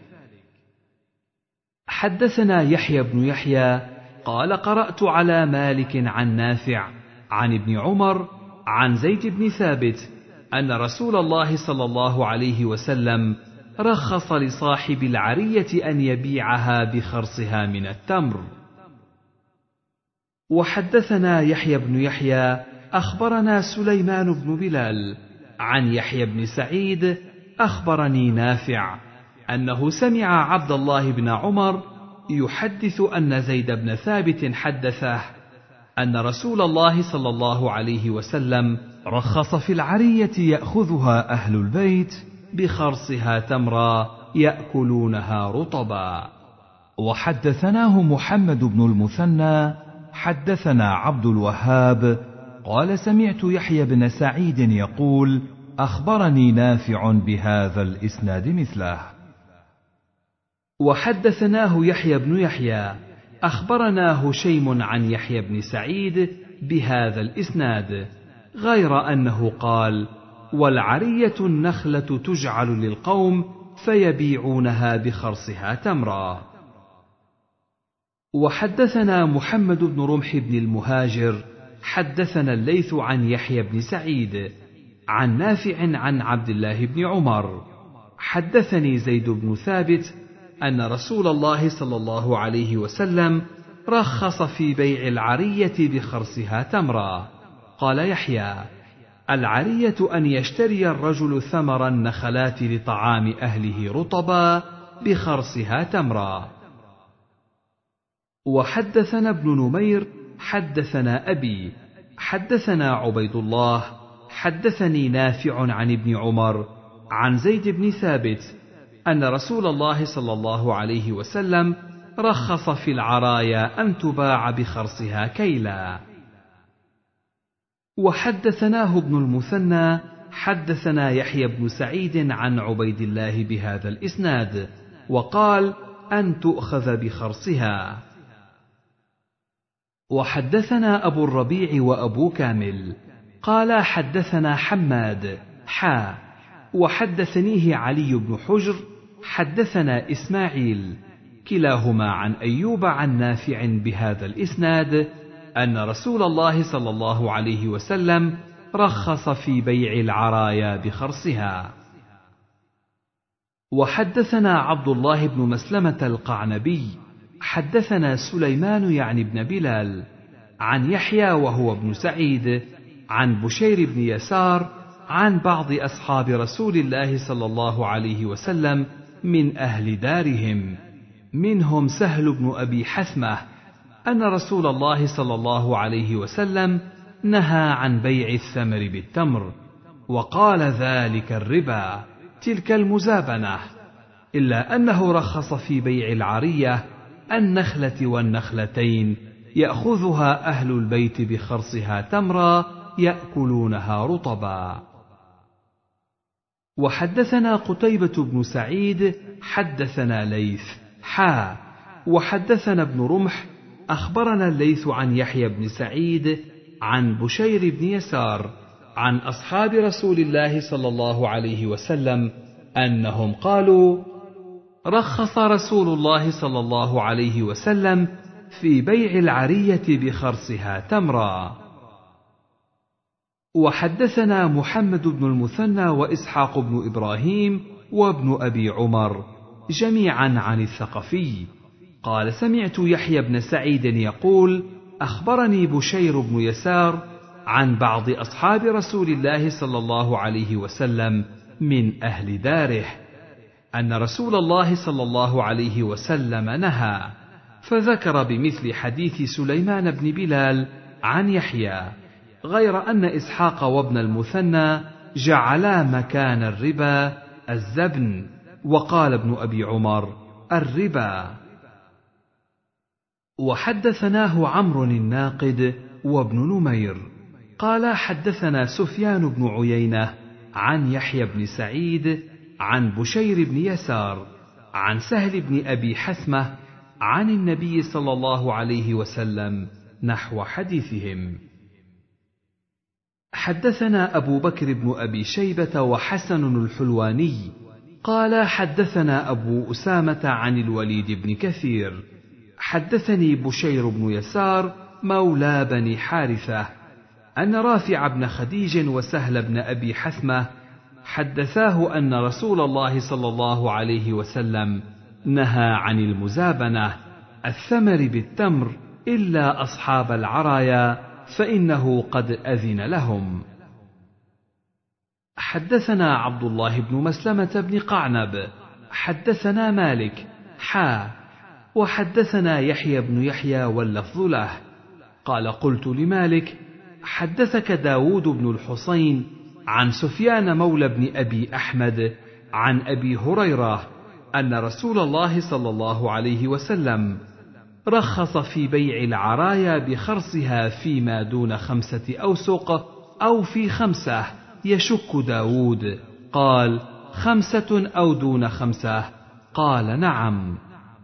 حدثنا يحيى بن يحيى قال: قرأت على مالك عن نافع عن ابن عمر عن زيد بن ثابت أن رسول الله صلى الله عليه وسلم رخص لصاحب العرية أن يبيعها بخرصها من التمر. وحدثنا يحيى بن يحيى أخبرنا سليمان بن بلال عن يحيى بن سعيد أخبرني نافع أنه سمع عبد الله بن عمر يحدث أن زيد بن ثابت حدثه أن رسول الله صلى الله عليه وسلم رخص في العرية يأخذها أهل البيت بخرصها تمرا يأكلونها رطبا. وحدثناه محمد بن المثنى حدثنا عبد الوهاب قال: سمعت يحيى بن سعيد يقول: أخبرني نافع بهذا الإسناد مثله. وحدثناه يحيى بن يحيى أخبرنا هشيم عن يحيى بن سعيد بهذا الإسناد، غير أنه قال: والعرية النخلة تجعل للقوم فيبيعونها بخرصها تمرا. وحدثنا محمد بن رمح بن المهاجر حدثنا الليث عن يحيى بن سعيد عن نافع عن عبد الله بن عمر حدثني زيد بن ثابت أن رسول الله صلى الله عليه وسلم رخص في بيع العرية بخرصها تمرا. قال يحيى: العرية أن يشتري الرجل ثمر النخلات لطعام أهله رطبا بخرصها تمرا. وحدثنا ابن نمير حدثنا أبي حدثنا عبيد الله حدثني نافع عن ابن عمر عن زيد بن ثابت أن رسول الله صلى الله عليه وسلم رخص في العرايا أن تباع بخرصها كيلا. وحدثناه ابن المثنى حدثنا يحيى بن سعيد عن عبيد الله بهذا الإسناد وقال: أن تؤخذ بخرصها. وحدثنا أبو الربيع وأبو كامل قال حدثنا حماد وحدثنيه علي بن حجر حدثنا إسماعيل كلاهما عن أيوب عن نافع بهذا الإسناد أن رسول الله صلى الله عليه وسلم رخص في بيع العرايا بخرصها. وحدثنا عبد الله بن مسلمة القعنبي حدثنا سليمان يعني بن بلال عن يحيى وهو ابن سعيد عن بشير بن يسار عن بعض أصحاب رسول الله صلى الله عليه وسلم من أهل دارهم منهم سهل بن أبي حثمة أن رسول الله صلى الله عليه وسلم نهى عن بيع الثمر بالتمر وقال: ذلك الربا، تلك المزابنة، إلا أنه رخص في بيع العرية النخلة والنخلتين يأخذها أهل البيت بخرصها تمرا يأكلونها رطبا. وحدثنا قتيبة بن سعيد حدثنا ليث وحدثنا ابن رمح أخبرنا الليث عن يحيى بن سعيد عن بشير بن يسار عن أصحاب رسول الله صلى الله عليه وسلم أنهم قالوا: رخص رسول الله صلى الله عليه وسلم في بيع العرية بخرصها تمرا. وحدثنا محمد بن المثنى وإسحاق بن إبراهيم وابن أبي عمر جميعا عن الثقفي قال: سمعت يحيى بن سعيد يقول: أخبرني بشير بن يسار عن بعض أصحاب رسول الله صلى الله عليه وسلم من أهل داره أن رسول الله صلى الله عليه وسلم نهى، فذكر بمثل حديث سليمان بن بلال عن يحيى، غير أن إسحاق وابن المثنى جعلا مكان الربا الزبن، وقال ابن أبي عمر: الربا. وحدثناه عمرو الناقد وابن نمير قال حدثنا سفيان بن عيينة عن يحيى بن سعيد عن بشير بن يسار عن سهل بن أبي حثمة عن النبي صلى الله عليه وسلم نحو حديثهم. حدثنا أبو بكر بن أبي شيبة وحسن الحلواني قال حدثنا أبو أسامة عن الوليد بن كثير حدثني بشير بن يسار مولى بني حارثة أن رافع بن خديج وسهل بن أبي حثمة حدثاه أن رسول الله صلى الله عليه وسلم نهى عن المزابنة الثمر بالتمر إلا أصحاب العرايا فإنه قد أذن لهم. حدثنا عبد الله بن مسلمة بن قعنب حدثنا مالك وحدثنا يحيى بن يحيى واللفظ له قال: قلت لمالك: حدثك داود بن الحصين عن سفيان مولى بن أبي أحمد عن أبي هريرة أن رسول الله صلى الله عليه وسلم رخص في بيع العرايا بخرصها فيما دون 5 أوسق أو في 5، يشك داود، قال: 5 أو دون 5؟ قال: نعم.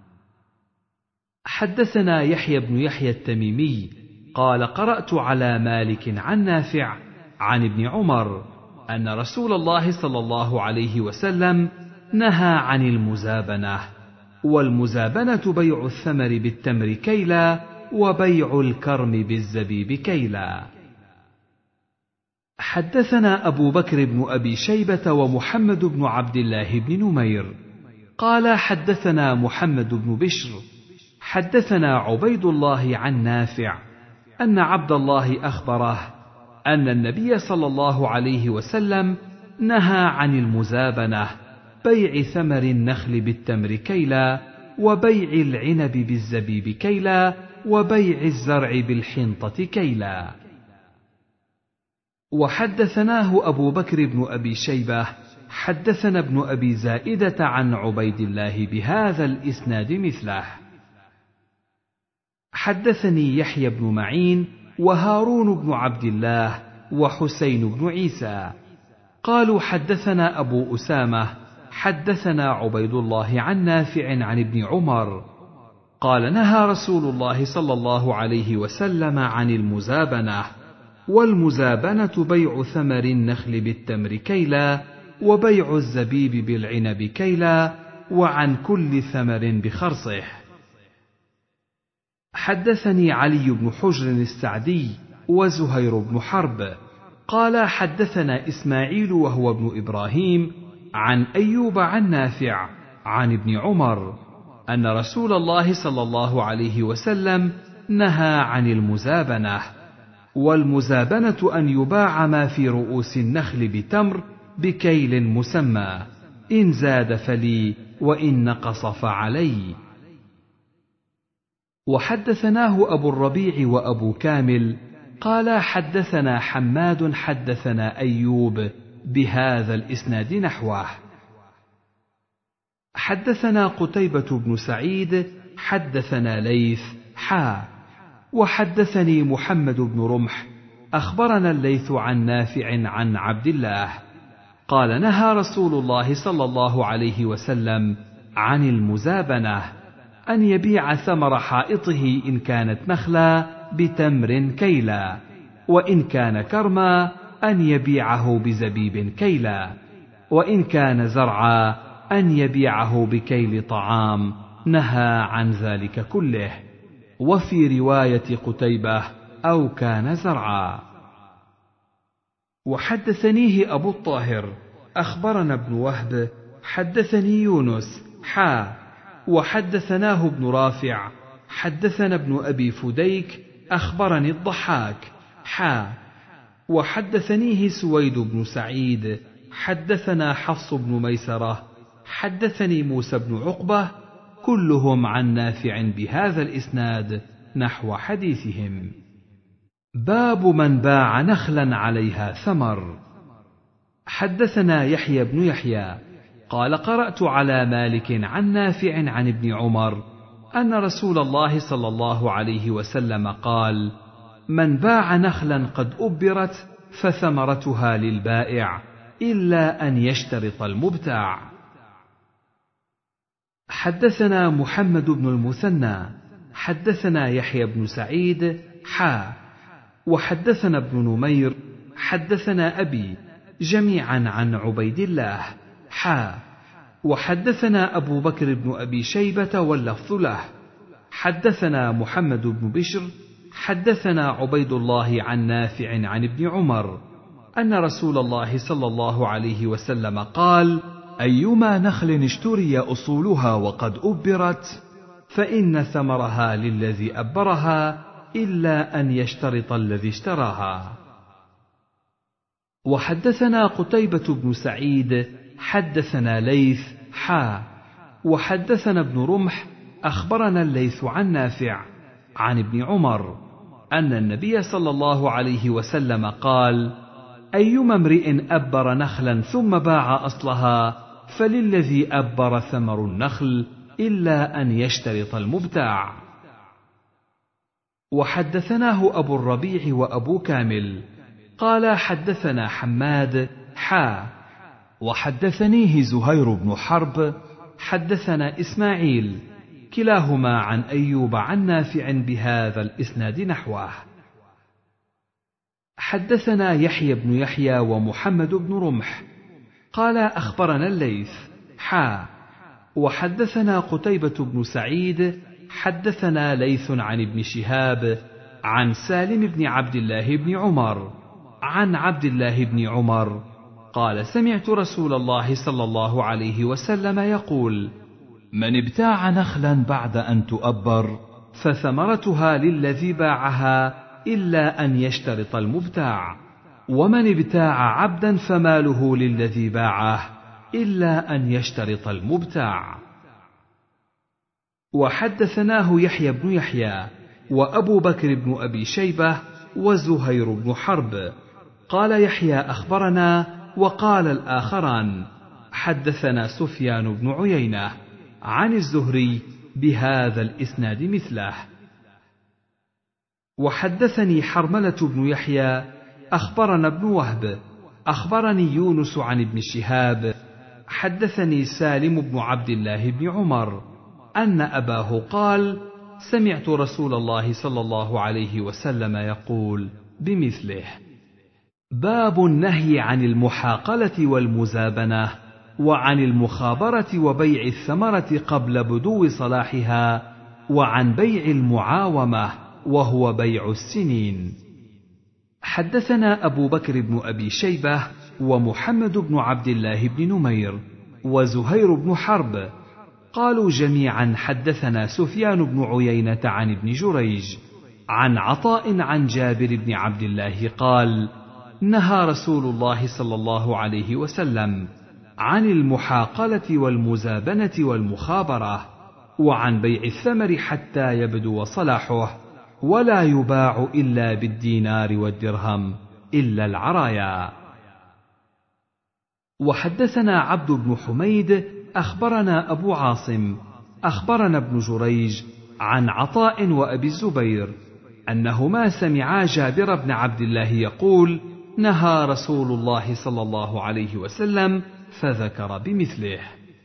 حدثنا يحيى بن يحيى التميمي قال: قرأت على مالك عن نافع عن ابن عمر أن رسول الله صلى الله عليه وسلم نهى عن المزابنة، والمزابنة بيع الثمر بالتمر كيلا، وبيع الكرم بالزبيب كيلا. حدثنا أبو بكر بن أبي شيبة ومحمد بن عبد الله بن نمير قال حدثنا محمد بن بشر حدثنا عبيد الله عن نافع أن عبد الله أخبره أن النبي صلى الله عليه وسلم نهى عن المزابنة، بيع ثمر النخل بالتمر كيلا، وبيع العنب بالزبيب كيلا، وبيع الزرع بالحنطة كيلا. وحدثناه أبو بكر بن أبي شيبة حدثنا ابن أبي زائدة عن عبيد الله بهذا الإسناد مثله. حدثني يحيى بن معين وهارون بن عبد الله وحسين بن عيسى قالوا حدثنا أبو أسامة حدثنا عبيد الله عن نافع عن ابن عمر قال نهى رسول الله صلى الله عليه وسلم عن المزابنة، والمزابنة بيع ثمر النخل بالتمر كيلا، وبيع الزبيب بالعنب كيلا، وعن كل ثمر بخرصه. حدثني علي بن حجر السعدي وزهير بن حرب قال حدثنا إسماعيل وهو ابن إبراهيم عن أيوب عن نافع عن ابن عمر أن رسول الله صلى الله عليه وسلم نهى عن المزابنة، والمزابنة أن يباع ما في رؤوس النخل بتمر بكيل مسمى، إن زاد فلي وإن نقص فعلي. وحدثناه أبو الربيع وأبو كامل قال حدثنا حماد حدثنا أيوب بهذا الإسناد نحوه. حدثنا قتيبة بن سعيد حدثنا ليث وحدثني محمد بن رمح أخبرنا الليث عن نافع عن عبد الله قال نهى رسول الله صلى الله عليه وسلم عن المزابنة، أن يبيع ثمر حائطه إن كانت نخلا بتمر كيلا، وإن كان كرما أن يبيعه بزبيب كيلا، وإن كان زرعا أن يبيعه بكيل طعام، نهى عن ذلك كله. وفي رواية قتيبة أو كان زرعا. وحدثنيه أبو الطاهر أخبرنا ابن وهب حدثني يونس وحدثناه ابن رافع حدثنا ابن أبي فديك أخبرني الضحاك وحدثنيه سويد بن سعيد حدثنا حفص بن ميسرة حدثني موسى بن عقبة كلهم عن نافع بهذا الإسناد نحو حديثهم. باب من باع نخلا عليها ثمر. حدثنا يحيى بن يحيى قال قرأت على مالك عن نافع عن ابن عمر أن رسول الله صلى الله عليه وسلم قال: من باع نخلا قد أبرت فثمرتها للبائع إلا أن يشترط المبتاع. حدثنا محمد بن المثنى حدثنا يحيى بن سعيد وحدثنا ابن نمير حدثنا أبي جميعا عن عبيد الله وحدثنا أبو بكر بن أبي شيبة واللفظ له حدثنا محمد بن بشر حدثنا عبيد الله عن نافع عن ابن عمر أن رسول الله صلى الله عليه وسلم قال: أيما نخل اشتري أصولها وقد أبرت فإن ثمرها للذي أبرها إلا أن يشترط الذي اشتراها. وحدثنا قتيبة بن سعيد حدثنا ليث وحدثنا ابن رمح أخبرنا الليث عن نافع عن ابن عمر أن النبي صلى الله عليه وسلم قال: أيما امرئ أبر نخلا ثم باع أصلها فللذي أبر ثمر النخل إلا أن يشترط المبتاع. وحدثناه أبو الربيع وأبو كامل قال حدثنا حماد وحدثنيه زهير بن حرب حدثنا إسماعيل كلاهما عن أيوب عن نافع بهذا الإسناد نحوه. حدثنا يحيى بن يحيى ومحمد بن رمح قال أخبرنا الليث وحدثنا قتيبة بن سعيد حدثنا ليث عن ابن شهاب عن سالم بن عبد الله بن عمر عن عبد الله بن عمر قال سمعت رسول الله صلى الله عليه وسلم يقول: من ابتاع نخلا بعد أن تؤبر فثمرتها للذي باعها إلا أن يشترط المبتاع، ومن ابتاع عبدا فماله للذي باعه إلا أن يشترط المبتاع. وحدثناه يحيى بن يحيى وأبو بكر بن أبي شيبة وزهير بن حرب. قال يحيى أخبرنا، وقال الآخران حدثنا سفيان بن عيينة عن الزهري بهذا الإسناد مثله. وحدثني حرملة بن يحيى أخبرنا ابن وهب أخبرني يونس عن ابن شهاب حدثني سالم بن عبد الله بن عمر أن أباه قال: سمعت رسول الله صلى الله عليه وسلم يقول بمثله. باب النهي عن المحاقلة والمزابنة، وعن المخابرة وبيع الثمرة قبل بدو صلاحها، وعن بيع المعاومة وهو بيع السنين. حدثنا أبو بكر بن أبي شيبة ومحمد بن عبد الله بن نمير وزهير بن حرب قالوا جميعا حدثنا سفيان بن عيينة عن ابن جريج عن عطاء عن جابر بن عبد الله قال: نهى رسول الله صلى الله عليه وسلم عن المحاقلة والمزابنة والمخابرة، وعن بيع الثمر حتى يبدو صلاحه، ولا يباع إلا بالدينار والدرهم إلا العرايا. وحدثنا عبد بن حميد أخبرنا أبو عاصم أخبرنا ابن جريج عن عطاء وأبي الزبير أنهما سمعا جابر بن عبد الله يقول: نهى رسول الله صلى الله عليه وسلم، فذكر بمثله.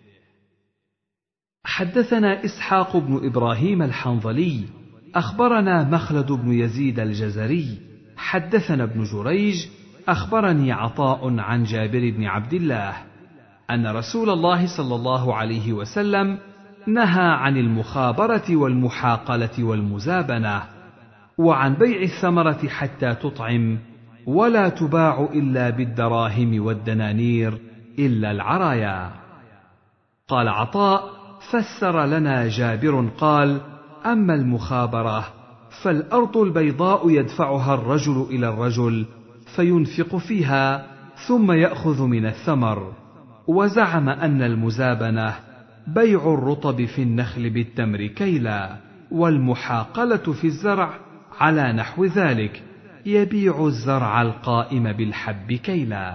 حدثنا إسحاق بن إبراهيم الحنظلي أخبرنا مخلد بن يزيد الجزري حدثنا ابن جريج أخبرني عطاء عن جابر بن عبد الله أن رسول الله صلى الله عليه وسلم نهى عن المخابرة والمحاقلة والمزابنة، وعن بيع الثمرة حتى تطعم، ولا تباع إلا بالدراهم والدنانير إلا العرايا. قال عطاء: فسر لنا جابر قال: أما المخابرة فالأرض البيضاء يدفعها الرجل إلى الرجل فينفق فيها ثم يأخذ من الثمر. وزعم أن المزابنة بيع الرطب في النخل بالتمر كيلا، والمحاقلة في الزرع على نحو ذلك، يبيع الزرع القائم بالحب كيلا.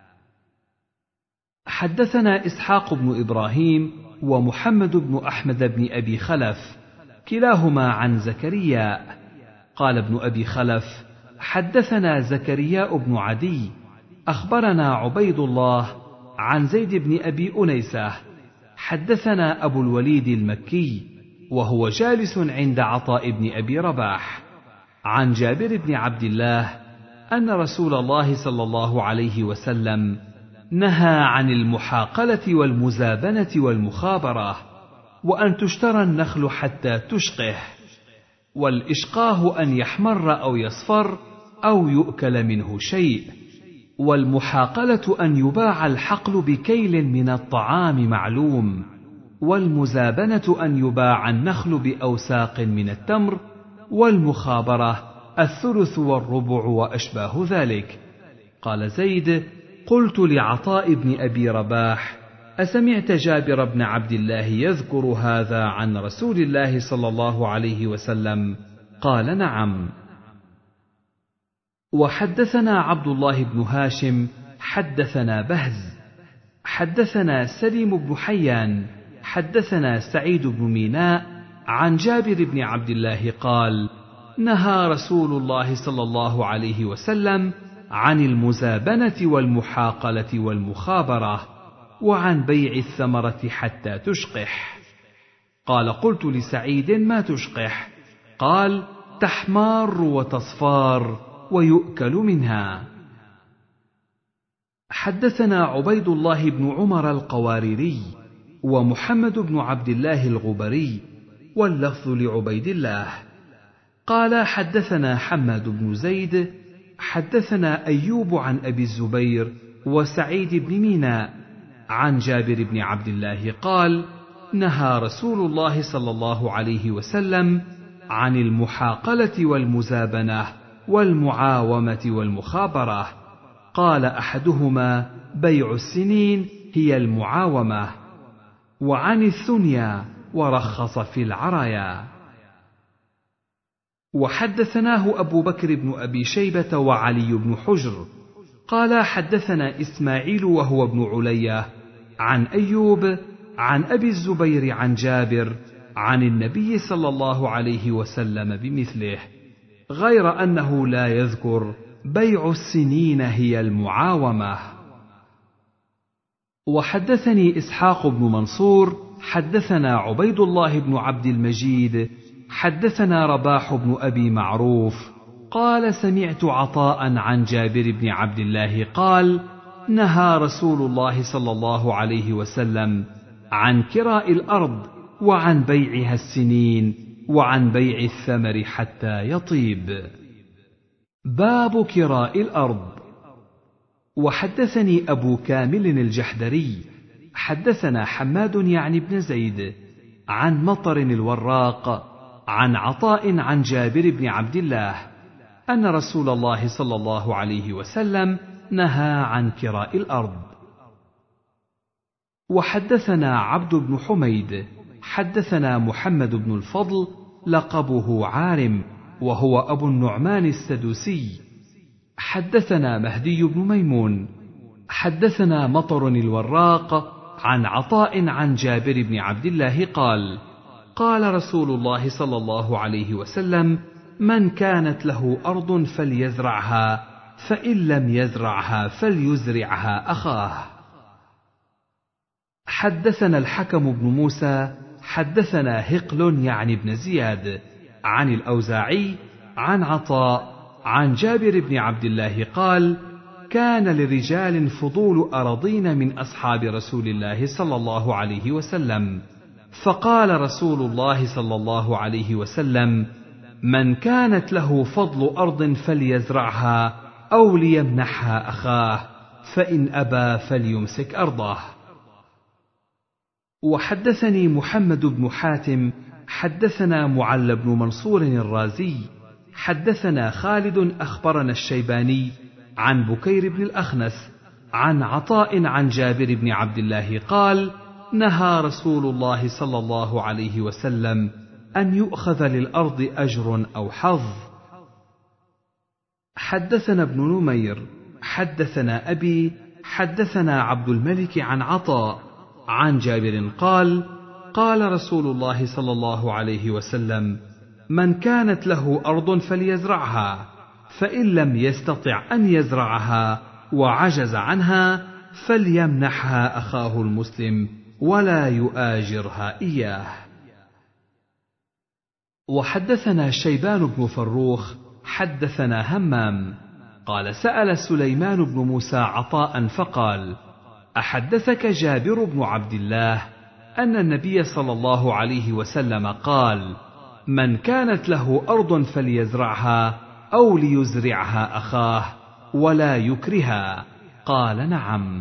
حدثنا إسحاق بن إبراهيم ومحمد بن أحمد بن أبي خلف كلاهما عن زكريا قال ابن أبي خلف: حدثنا زكريا بن عدي أخبرنا عبيد الله عن زيد بن أبي أنيسة حدثنا أبو الوليد المكي وهو جالس عند عطاء بن أبي رباح عن جابر بن عبد الله أن رسول الله صلى الله عليه وسلم نهى عن المحاقلة والمزابنة والمخابرة، وأن تشترى النخل حتى تشقه، والإشقاه أن يحمر أو يصفر أو يؤكل منه شيء، والمحاقلة أن يباع الحقل بكيل من الطعام معلوم، والمزابنة أن يباع النخل بأوساق من التمر، والمخابرة الثلث والربع وأشباه ذلك. قال زيد: قلت لعطاء بن أبي رباح: أسمعت جابر بن عبد الله يذكر هذا عن رسول الله صلى الله عليه وسلم؟ قال: نعم. وحدثنا عبد الله بن هاشم حدثنا بهز حدثنا سليم بن حيان حدثنا سعيد بن ميناء عن جابر بن عبد الله قال: نهى رسول الله صلى الله عليه وسلم عن المزابنة والمحاقلة والمخابرة، وعن بيع الثمرة حتى تشقح. قال: قلت لسعيد: ما تشقح؟ قال: تحمار وتصفار ويؤكل منها. حدثنا عبيد الله بن عمر القواريري ومحمد بن عبد الله الغبري، واللفظ لعبيد الله. قال حدثنا حماد بن زيد حدثنا أيوب عن أبي الزبير وسعيد بن ميناء عن جابر بن عبد الله قال: نهى رسول الله صلى الله عليه وسلم عن المحاقلة والمزابنة والمعاومة والمخابرة. قال أحدهما: بيع السنين هي المعاومة، وعن الثنيا، ورخص في العرايا. وحدثناه أبو بكر بن أبي شيبة وعلي بن حجر قال حدثنا إسماعيل وهو ابن علية عن أيوب عن أبي الزبير عن جابر عن النبي صلى الله عليه وسلم بمثله، غير أنه لا يذكر بيع السنين هي المعاومة. وحدثني إسحاق بن منصور حدثنا عبيد الله بن عبد المجيد حدثنا رباح بن أبي معروف قال: سمعت عطاء عن جابر بن عبد الله قال: نهى رسول الله صلى الله عليه وسلم عن كراء الأرض وعن بيعها السنين وعن بيع الثمر حتى يطيب. باب كراء الأرض. وحدثني أبو كامل الجحدري حدثنا حماد يعني بن زيد عن مطر الوراق عن عطاء عن جابر بن عبد الله أن رسول الله صلى الله عليه وسلم نهى عن كراء الأرض. وحدثنا عبد بن حميد حدثنا محمد بن الفضل لقبه عارم وهو أبو النعمان السدوسي حدثنا مهدي بن ميمون حدثنا مطر الوراق عن عطاء عن جابر بن عبد الله قال: قال رسول الله صلى الله عليه وسلم: من كانت له أرض فليزرعها، فإن لم يزرعها فليزرعها أخاه. حدثنا الحكم بن موسى حدثنا هقل يعني بن زياد عن الأوزاعي عن عطاء عن جابر بن عبد الله قال: كان لرجال فضول أراضين من أصحاب رسول الله صلى الله عليه وسلم، فقال رسول الله صلى الله عليه وسلم: من كانت له فضل أرض فليزرعها أو ليمنحها أخاه، فإن أبى فليمسك أرضه. وحدثني محمد بن حاتم حدثنا معل بن منصور الرازي حدثنا خالد أخبرنا الشيباني عن بكير بن الأخنس عن عطاء عن جابر بن عبد الله قال: نهى رسول الله صلى الله عليه وسلم أن يؤخذ للأرض أجر أو حظ. حدثنا ابن نمير حدثنا أبي حدثنا عبد الملك عن عطاء عن جابر قال: قال رسول الله صلى الله عليه وسلم: من كانت له أرض فليزرعها، فإن لم يستطع أن يزرعها وعجز عنها فليمنحها أخاه المسلم ولا يؤاجرها إياه. وحدثنا شيبان بن فروخ حدثنا همام قال: سأل سليمان بن موسى عطاء فقال: أحدثك جابر بن عبد الله أن النبي صلى الله عليه وسلم قال: من كانت له أرض فليزرعها أو ليزرعها أخاه ولا يكرها؟ قال: نعم.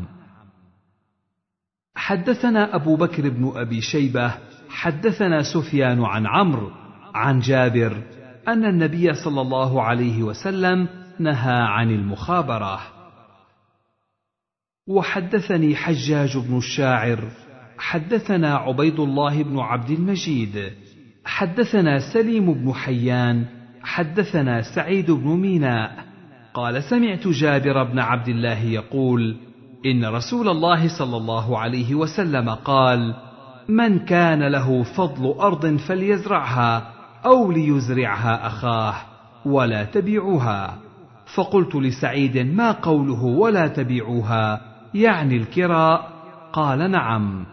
حدثنا أبو بكر بن أبي شيبة حدثنا سفيان عن عمرو عن جابر أن النبي صلى الله عليه وسلم نهى عن المخابرة. وحدثني حجاج بن الشاعر حدثنا عبيد الله بن عبد المجيد حدثنا سليم بن حيان حدثنا سعيد بن ميناء قال: سمعت جابر بن عبد الله يقول: إن رسول الله صلى الله عليه وسلم قال: من كان له فضل أرض فليزرعها أو ليزرعها أخاه ولا تبيعوها. فقلت لسعيد: ما قوله ولا تبيعوها؟ يعني الكراء؟ قال: نعم.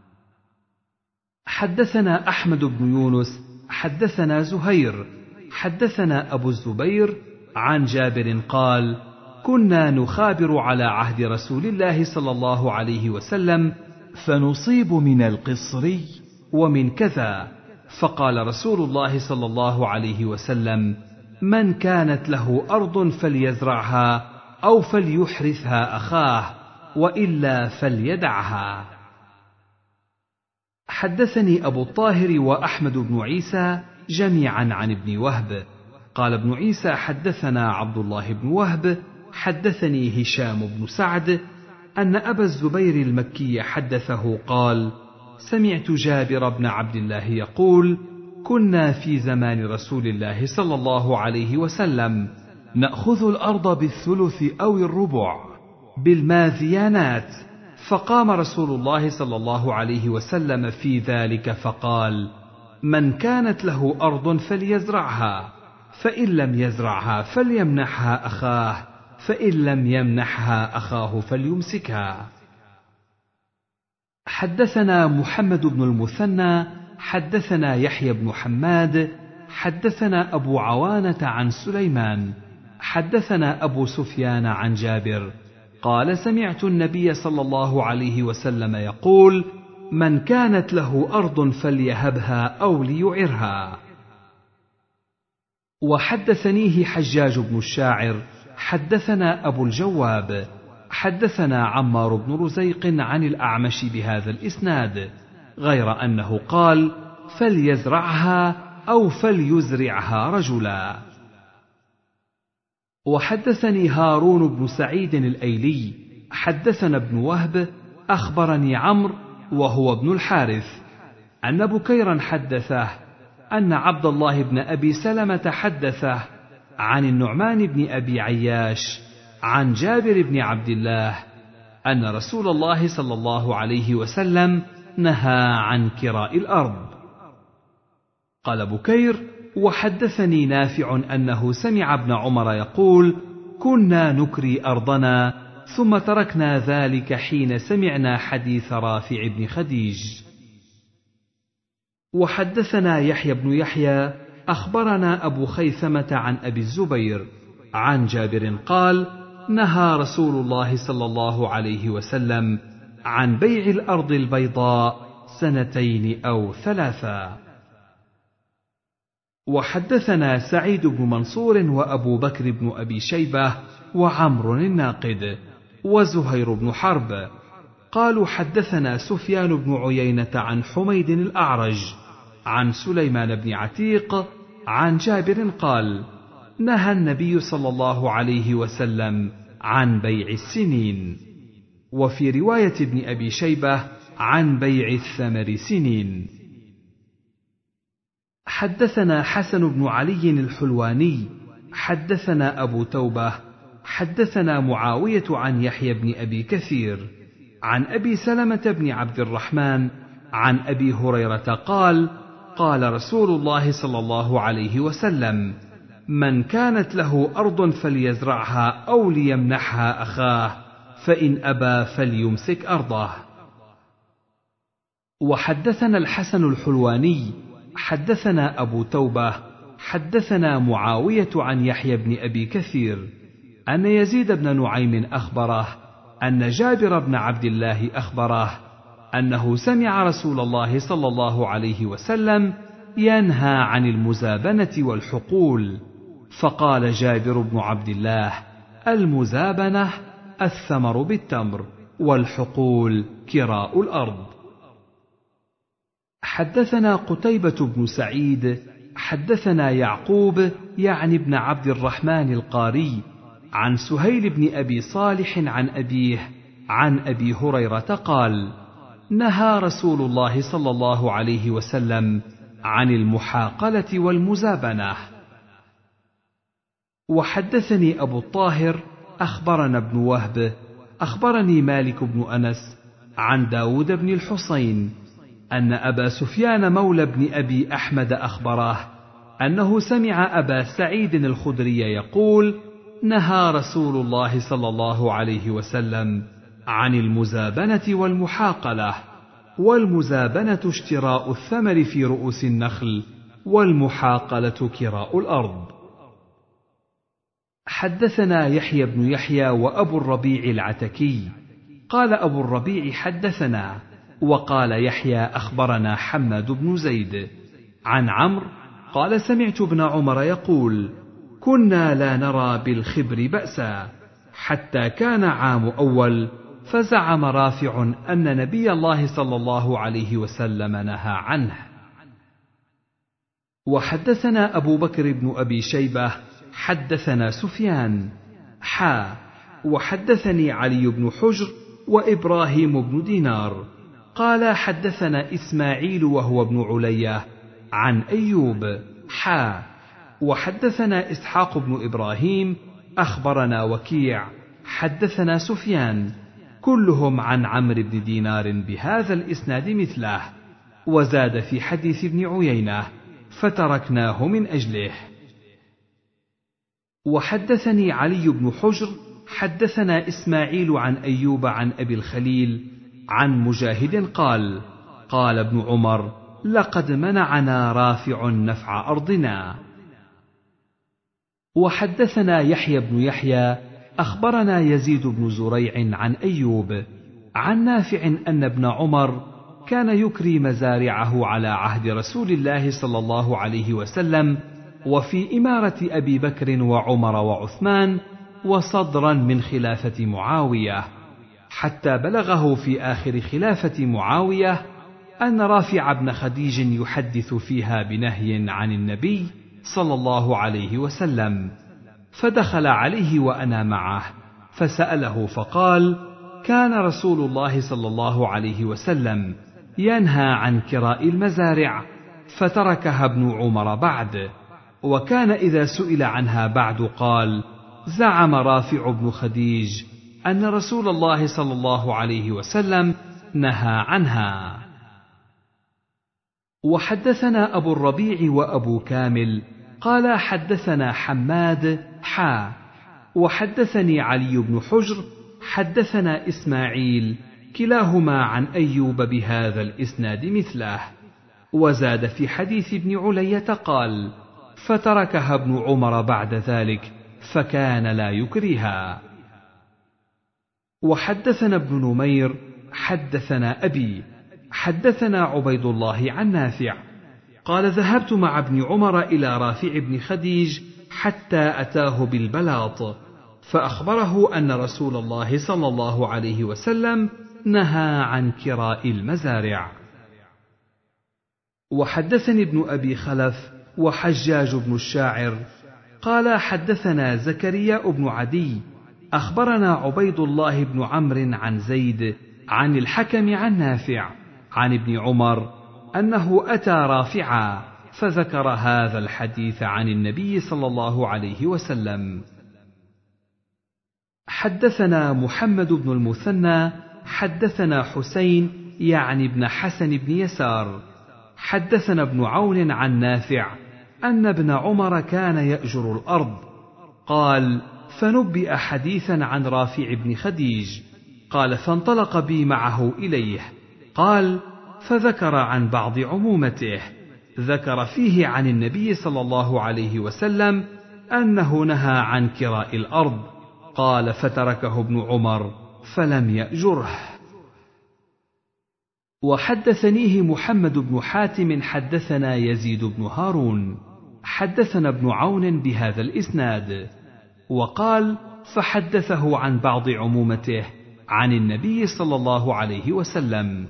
حدثنا أحمد بن يونس حدثنا زهير حدثنا أبو الزبير عن جابر قال: كنا نخابر على عهد رسول الله صلى الله عليه وسلم فنصيب من القصر ومن كذا. فقال رسول الله صلى الله عليه وسلم: من كانت له أرض فليزرعها أو فليحرثها أخاه، وإلا فليدعها. حدثني أبو الطاهر وأحمد بن عيسى جميعا عن ابن وهب قال ابن عيسى: حدثنا عبد الله بن وهب حدثني هشام بن سعد أن أبا الزبير المكي حدثه قال: سمعت جابر بن عبد الله يقول: كنا في زمان رسول الله صلى الله عليه وسلم نأخذ الأرض بالثلث أو الربع بالماذيانات، فقام رسول الله صلى الله عليه وسلم في ذلك فقال: من كانت له أرض فليزرعها، فإن لم يزرعها فليمنحها أخاه، فإن لم يمنحها أخاه فليمسكها. حدثنا محمد بن المثنى حدثنا يحيى بن حماد حدثنا أبو عوانة عن سليمان حدثنا أبو سفيان عن جابر قال: سمعت النبي صلى الله عليه وسلم يقول: من كانت له أرض فليهبها أو ليعرها. وحدثنيه حجاج بن الشاعر حدثنا أبو الجواب حدثنا عمار بن رزيق عن الأعمش بهذا الإسناد، غير أنه قال: فليزرعها أو فليزرعها رجلا. وحدثني هارون بن سعيد الأيلي حدثنا ابن وهب أخبرني عمرو وهو ابن الحارث أن بكيرا حدثه أن عبد الله بن أبي سلمة حدثه عن النعمان بن أبي عياش عن جابر بن عبد الله أن رسول الله صلى الله عليه وسلم نهى عن كراء الأرض. قال بكير: وحدثني نافع أنه سمع ابن عمر يقول: كنا نكري أرضنا ثم تركنا ذلك حين سمعنا حديث رافع بن خديج. وحدثنا يحيى بن يحيى أخبرنا أبو خيثمة عن أبي الزبير عن جابر قال: نهى رسول الله صلى الله عليه وسلم عن بيع الأرض البيضاء 2 أو 3. وحدثنا سعيد بن منصور وأبو بكر بن أبي شيبة وعمر الناقد وزهير بن حرب قالوا: حدثنا سفيان بن عيينة عن حميد الأعرج عن سليمان بن عتيق عن جابر قال: نهى النبي صلى الله عليه وسلم عن بيع السنين. وفي رواية ابن أبي شيبة عن بيع الثمر سنين. حدثنا حسن بن علي الحلواني حدثنا أبو توبة حدثنا معاوية عن يحيى بن أبي كثير عن أبي سلمة بن عبد الرحمن عن أبي هريرة قال: قال رسول الله صلى الله عليه وسلم: من كانت له أرض فليزرعها أو ليمنحها أخاه، فإن أبى فليمسك أرضه. وحدثنا الحسن الحلواني حدثنا أبو توبة حدثنا معاوية عن يحيى بن أبي كثير أن يزيد بن نعيم أخبره أن جابر بن عبد الله أخبره أنه سمع رسول الله صلى الله عليه وسلم ينهى عن المزابنة والحقول، فقال جابر بن عبد الله: المزابنة الثمر بالتمر، والحقول كراء الأرض. حدثنا قتيبة بن سعيد حدثنا يعقوب يعني ابن عبد الرحمن القاري عن سهيل بن أبي صالح عن أبيه عن أبي هريرة قال: نهى رسول الله صلى الله عليه وسلم عن المحاقلة والمزابنة. وحدثني أبو الطاهر أخبرنا ابن وهب أخبرني مالك بن أنس عن داود بن الحصين أن أبا سفيان مولى بن أبي أحمد أخبره أنه سمع أبا سعيد الخدري يقول: نهى رسول الله صلى الله عليه وسلم عن المزابنة والمحاقلة، والمزابنة اشتراء الثمر في رؤوس النخل، والمحاقلة كراء الأرض. حدثنا يحيى بن يحيى وأبو الربيع العتكي قال أبو الربيع: حدثنا وقال يحيى أخبرنا حماد بن زيد عن عمرو قال سمعت ابن عمر يقول كنا لا نرى بالخبر بأسا حتى كان عام أول فزعم رافع أن نبي الله صلى الله عليه وسلم نهى عنه. وحدثنا أبو بكر بن أبي شيبة حدثنا سفيان وحدثني علي بن حجر وإبراهيم بن دينار قال حدثنا إسماعيل وهو ابن علية عن أيوب وحدثنا إسحاق بن إبراهيم أخبرنا وكيع حدثنا سفيان كلهم عن عمرو بن دينار بهذا الإسناد مثله، وزاد في حديث ابن عيينة فتركناه من أجله. وحدثني علي بن حجر حدثنا إسماعيل عن أيوب عن أبي الخليل عن مجاهد قال قال ابن عمر لقد منعنا رافع نفع أرضنا. وحدثنا يحيى بن يحيى أخبرنا يزيد بن زريع عن أيوب عن نافع أن ابن عمر كان يكري مزارعه على عهد رسول الله صلى الله عليه وسلم وفي إمارة أبي بكر وعمر وعثمان وصدرا من خلافة معاوية، حتى بلغه في آخر خلافة معاوية أن رافع بن خديج يحدث فيها بنهي عن النبي صلى الله عليه وسلم، فدخل عليه وأنا معه فسأله فقال كان رسول الله صلى الله عليه وسلم ينهى عن كراء المزارع فتركها ابن عمر بعد، وكان إذا سئل عنها بعد قال زعم رافع بن خديج أن رسول الله صلى الله عليه وسلم نهى عنها. وحدثنا أبو الربيع وأبو كامل قال حدثنا حماد وحدثني علي بن حجر حدثنا إسماعيل كلاهما عن أيوب بهذا الإسناد مثله، وزاد في حديث ابن علية قال فتركها ابن عمر بعد ذلك فكان لا يكرهها. وحدثنا ابن نمير حدثنا أبي حدثنا عبيد الله عن نافع قال ذهبت مع ابن عمر إلى رافع بن خديج حتى أتاه بالبلاط فأخبره أن رسول الله صلى الله عليه وسلم نهى عن كراء المزارع. وحدثني ابن أبي خلف وحجاج بن الشاعر قال حدثنا زكريا بن عدي أخبرنا عبيد الله بن عمرو عن زيد عن الحكم عن نافع عن ابن عمر أنه أتى رافعا فذكر هذا الحديث عن النبي صلى الله عليه وسلم. حدثنا محمد بن المثنى حدثنا حسين يعني ابن حسن بن يسار حدثنا ابن عون عن نافع أن ابن عمر كان يأجر الأرض قال فنبئ حديثا عن رافع بن خديج قال فانطلق بي معه إليه قال فذكر عن بعض عمومته ذكر فيه عن النبي صلى الله عليه وسلم أنه نهى عن كراء الأرض قال فتركه ابن عمر فلم يأجره. وحدثنيه محمد بن حاتم حدثنا يزيد بن هارون حدثنا ابن عون بهذا الإسناد وقال فحدثه عن بعض عمومته عن النبي صلى الله عليه وسلم.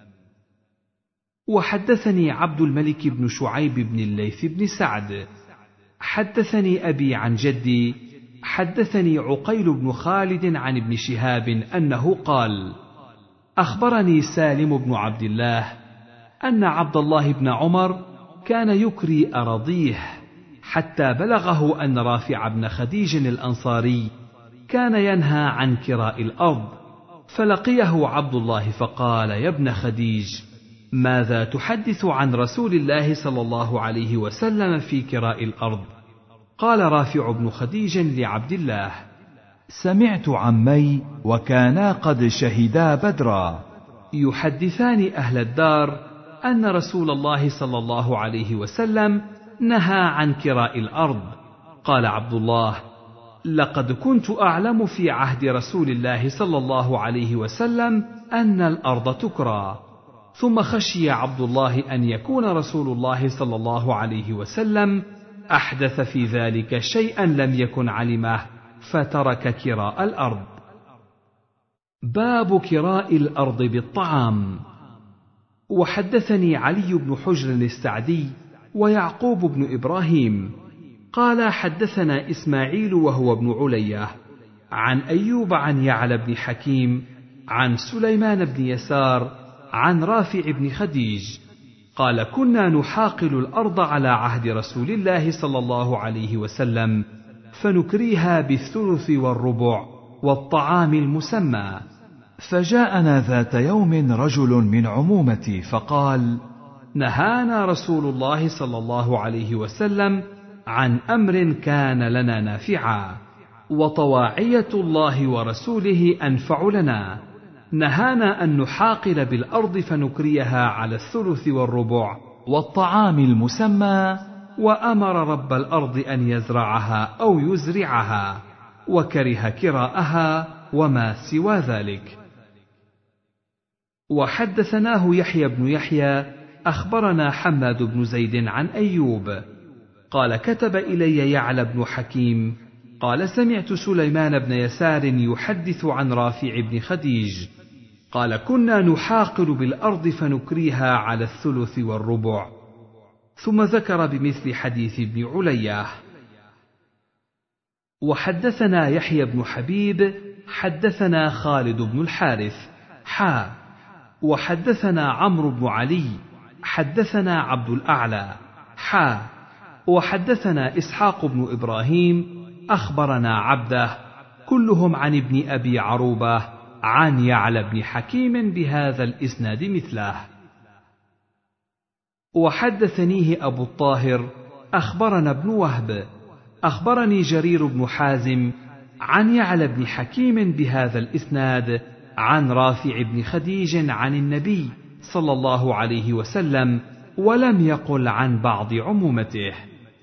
وحدثني عبد الملك بن شعيب بن الليث بن سعد حدثني أبي عن جدي حدثني عقيل بن خالد عن ابن شهاب أنه قال أخبرني سالم بن عبد الله أن عبد الله بن عمر كان يكري أراضيه حتى بلغه أن رافع بن خديج الأنصاري كان ينهى عن كراء الأرض، فلقيه عبد الله فقال يا ابن خديج ماذا تحدث عن رسول الله صلى الله عليه وسلم في كراء الأرض؟ قال رافع بن خديج لعبد الله سمعت عمي وكانا قد شهدا بدرا يحدثان أهل الدار أن رسول الله صلى الله عليه وسلم نهى عن كراء الأرض. قال عبد الله لقد كنت أعلم في عهد رسول الله صلى الله عليه وسلم أن الأرض تكرى، ثم خشي عبد الله أن يكون رسول الله صلى الله عليه وسلم أحدث في ذلك شيئا لم يكن علمه، فترك كراء الأرض. باب كراء الأرض بالطعام. وحدثني علي بن حجر السعدي ويعقوب بن إبراهيم قال حدثنا إسماعيل وهو ابن علية عن أيوب عن يعلى بن حكيم عن سليمان بن يسار عن رافع بن خديج قال كنا نحاقل الأرض على عهد رسول الله صلى الله عليه وسلم فنكريها بالثلث والربع والطعام المسمى. فجاءنا ذات يوم رجل من عمومتي فقال: نهانا رسول الله صلى الله عليه وسلم عن أمر كان لنا نافعا، وطواعية الله ورسوله أنفع لنا. نهانا أن نحاقل بالأرض فنكريها على الثلث والربع والطعام المسمى، وأمر رب الأرض أن يزرعها أو يزرعها، وكره كراءها وما سوى ذلك. وحدثناه يحيى بن يحيى أخبرنا حماد بن زيد عن أيوب قال كتب إلي يعلى بن حكيم قال سمعت سليمان بن يسار يحدث عن رافع بن خديج قال كنا نحاقل بالأرض فنكريها على الثلث والربع، ثم ذكر بمثل حديث ابن علية. وحدثنا يحيى بن حبيب حدثنا خالد بن الحارث وحدثنا عمرو بن علي حدثنا عبد الأعلى وحدثنا إسحاق بن إبراهيم أخبرنا عبده كلهم عن ابن أبي عروبة عن يعلى بن حكيم بهذا الإسناد مثله. وحدثنيه أبو الطاهر أخبرنا ابن وهب أخبرني جرير بن حازم عن يعلى بن حكيم بهذا الإسناد عن رافع بن خديج عن النبي صلى الله عليه وسلم، ولم يقل عن بعض عمومته.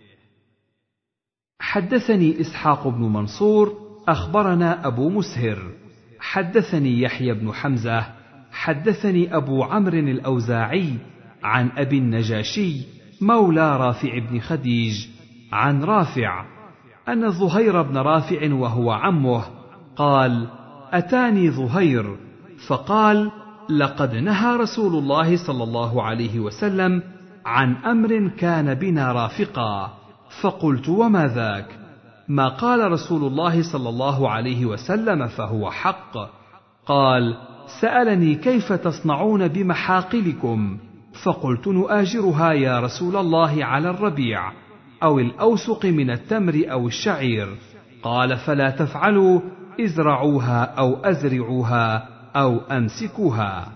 حدثني إسحاق بن منصور أخبرنا أبو مسهر حدثني يحيى بن حمزة حدثني أبو عمرو الأوزاعي عن أبي النجاشي مولى رافع بن خديج عن رافع أن ظهير بن رافع وهو عمه قال: أتاني ظهير فقال: لقد نهى رسول الله صلى الله عليه وسلم عن أمر كان بنا رافقا. فقلت: وما ذاك؟ ما قال رسول الله صلى الله عليه وسلم فهو حق. قال: سألني كيف تصنعون بمحاقلكم؟ فقلت: نؤاجرها يا رسول الله على الربيع أو الأوسق من التمر أو الشعير. قال: فلا تفعلوا، ازرعوها أو أزرعوها أو أمسكوها.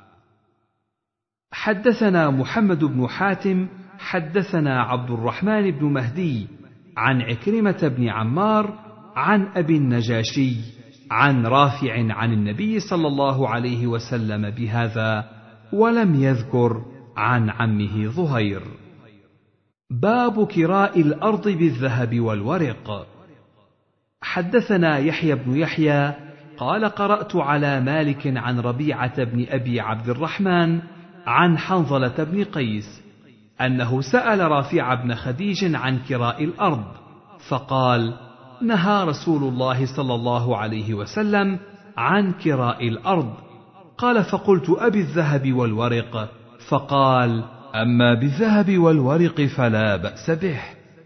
حدثنا محمد بن حاتم حدثنا عبد الرحمن بن مهدي عن عكرمة بن عمار عن أبي النجاشي عن رافع عن النبي صلى الله عليه وسلم بهذا، ولم يذكر عن عمه ظهير. باب كراء الأرض بالذهب والورق. حدثنا يحيى بن يحيى قال قرأت على مالك عن ربيعة بن أبي عبد الرحمن عن حنظلة بن قيس أنه سأل رافع بن خديج عن كراء الأرض، فقال: نهى رسول الله صلى الله عليه وسلم عن كراء الأرض. قال: فقلت: أبي الذهب والورق؟ فقال: أما بالذهب والورق فلا بأس به.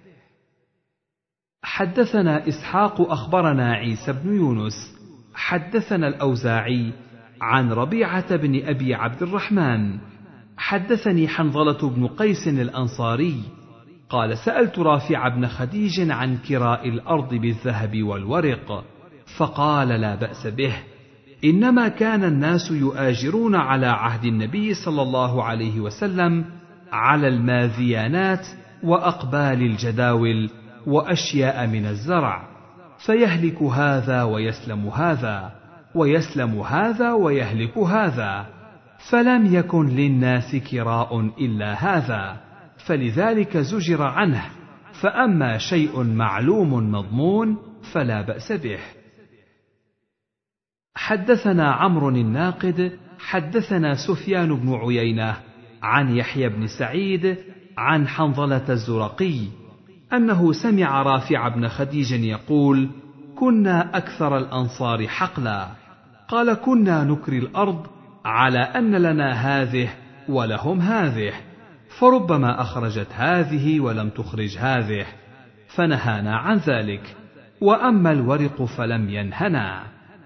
حدثنا إسحاق أخبرنا عيسى بن يونس حدثنا الأوزاعي عن ربيعة بن أبي عبد الرحمن حدثني حنظلة بن قيس الأنصاري قال: سألت رافع بن خديج عن كراء الأرض بالذهب والورق، فقال: لا بأس به، إنما كان الناس يؤاجرون على عهد النبي صلى الله عليه وسلم على الماذيانات وأقبال الجداول وأشياء من الزرع، فيهلك هذا ويسلم هذا، ويسلم هذا ويهلك هذا، فلم يكن للناس كراء إلا هذا، فلذلك زجر عنه. فأما شيء معلوم مضمون فلا بأس به. حدثنا عمرو الناقد حدثنا سفيان بن عيينة عن يحيى بن سعيد عن حنظلة الزرقي أنه سمع رافع بن خديج يقول: كنا أكثر الأنصار حقلا. قال: كنا نكري الأرض على أن لنا هذه ولهم هذه، فربما أخرجت هذه ولم تخرج هذه، فنهانا عن ذلك، وأما الورق فلم ينهنا.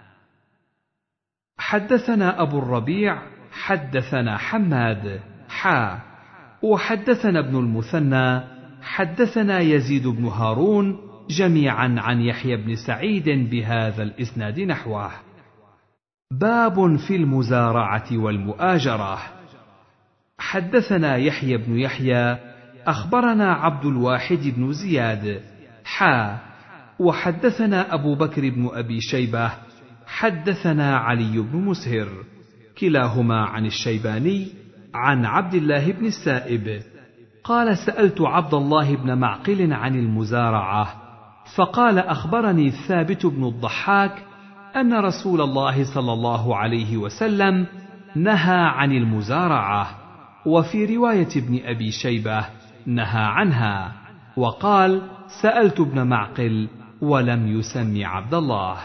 حدثنا أبو الربيع حدثنا حماد وحدثنا ابن المثنى حدثنا يزيد بن هارون جميعا عن يحيى بن سعيد بهذا الإسناد نحوه. باب في المزارعة والمؤاجرة. حدثنا يحيى بن يحيى أخبرنا عبد الواحد بن زياد وحدثنا أبو بكر بن أبي شيبة حدثنا علي بن مسهر كلاهما عن الشيباني عن عبد الله بن السائب قال: سألت عبد الله بن معقل عن المزارعة، فقال: أخبرني ثابت بن الضحاك أن رسول الله صلى الله عليه وسلم نهى عن المزارعة، وفي رواية ابن أبي شيبة نهى عنها، وقال: سألت ابن معقل ولم يسم عبد الله.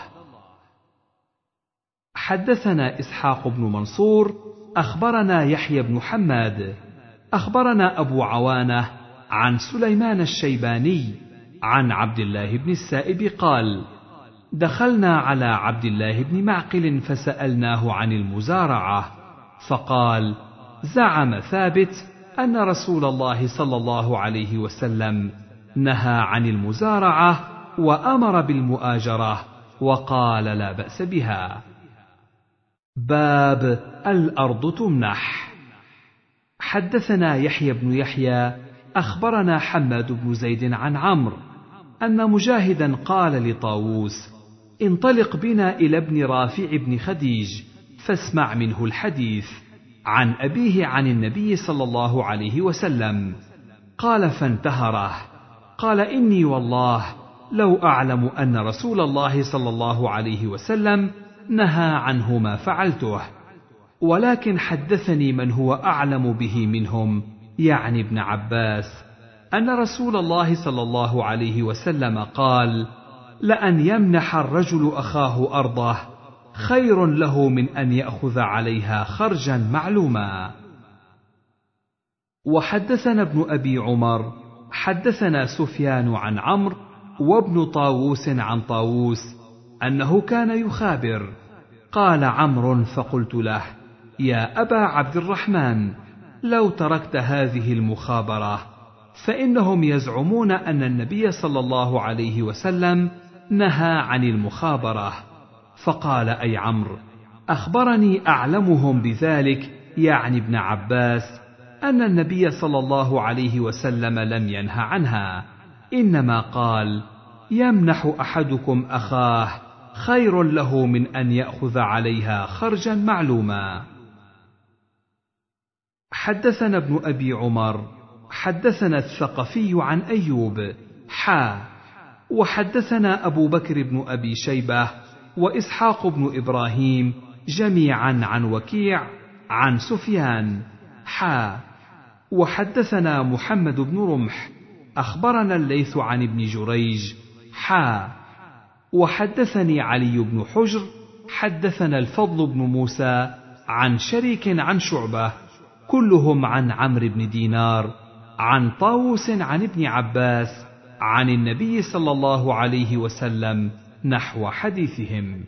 حدثنا إسحاق بن منصور أخبرنا يحيى بن حماد أخبرنا أبو عوانة عن سليمان الشيباني عن عبد الله بن السائب قال: دخلنا على عبد الله بن معقل فسألناه عن المزارعة، فقال: زعم ثابت أن رسول الله صلى الله عليه وسلم نهى عن المزارعة وأمر بالمؤاجرة، وقال: لا بأس بها. باب الأرض تمنح. حدثنا يحيى بن يحيى أخبرنا حماد بن زيد عن عمرو أن مجاهدا قال لطاووس: انطلق بنا إلى ابن رافع بن خديج فاسمع منه الحديث عن أبيه عن النبي صلى الله عليه وسلم. قال: فانتهره. قال: إني والله لو أعلم أن رسول الله صلى الله عليه وسلم نهى عنه ما فعلته، ولكن حدثني من هو أعلم به منهم، يعني ابن عباس، أن رسول الله صلى الله عليه وسلم قال: لأن يمنح الرجل أخاه أرضه خير له من أن يأخذ عليها خرجا معلوما. وحدثنا ابن أبي عمر حدثنا سفيان عن عمرو وابن طاووس عن طاووس أنه كان يخابر. قال عمرو: فقلت له: يا أبا عبد الرحمن، لو تركت هذه المخابرة، فإنهم يزعمون أن النبي صلى الله عليه وسلم نهى عن المخابرة. فقال: أي عمرو، أخبرني أعلمهم بذلك، يعني ابن عباس، أن النبي صلى الله عليه وسلم لم ينه عنها، إنما قال: يمنح أحدكم أخاه خير له من أن يأخذ عليها خرجا معلوما. حدثنا ابن أبي عمر حدثنا الثقفي عن أيوب وحدثنا أبو بكر بن أبي شيبة وإسحاق بن إبراهيم جميعا عن وكيع عن سفيان وحدثنا محمد بن رمح أخبرنا الليث عن ابن جريج وحدثني علي بن حجر حدثنا الفضل بن موسى عن شريك عن شعبة كلهم عن عمرو بن دينار عن طاووس عن ابن عباس عن النبي صلى الله عليه وسلم نحو حديثهم.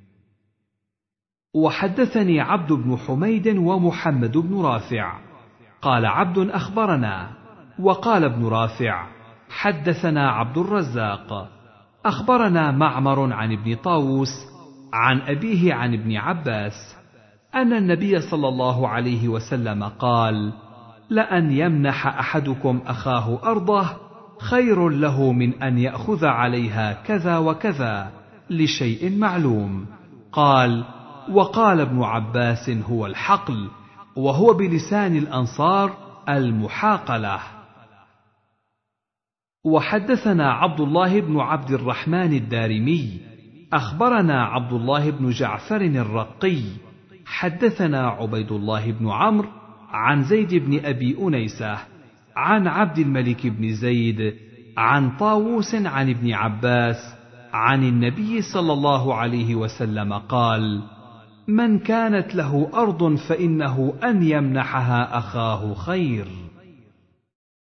وحدثني عبد بن حميد ومحمد بن رافع قال عبد أخبرنا، وقال ابن رافع حدثنا عبد الرزاق أخبرنا معمر عن ابن طاووس عن أبيه عن ابن عباس أن النبي صلى الله عليه وسلم قال: لأن يمنح أحدكم أخاه أرضه خير له من أن يأخذ عليها كذا وكذا لشيء معلوم. قال: وقال ابن عباس: هو الحقل، وهو بلسان الأنصار المحاقلة. وحدثنا عبد الله بن عبد الرحمن الدارمي أخبرنا عبد الله بن جعفر الرقي حدثنا عبيد الله بن عمرو عن زيد بن أبي أنيسة عن عبد الملك بن زيد عن طاووس عن ابن عباس عن النبي صلى الله عليه وسلم قال: من كانت له أرض فإنه أن يمنحها أخاه خير.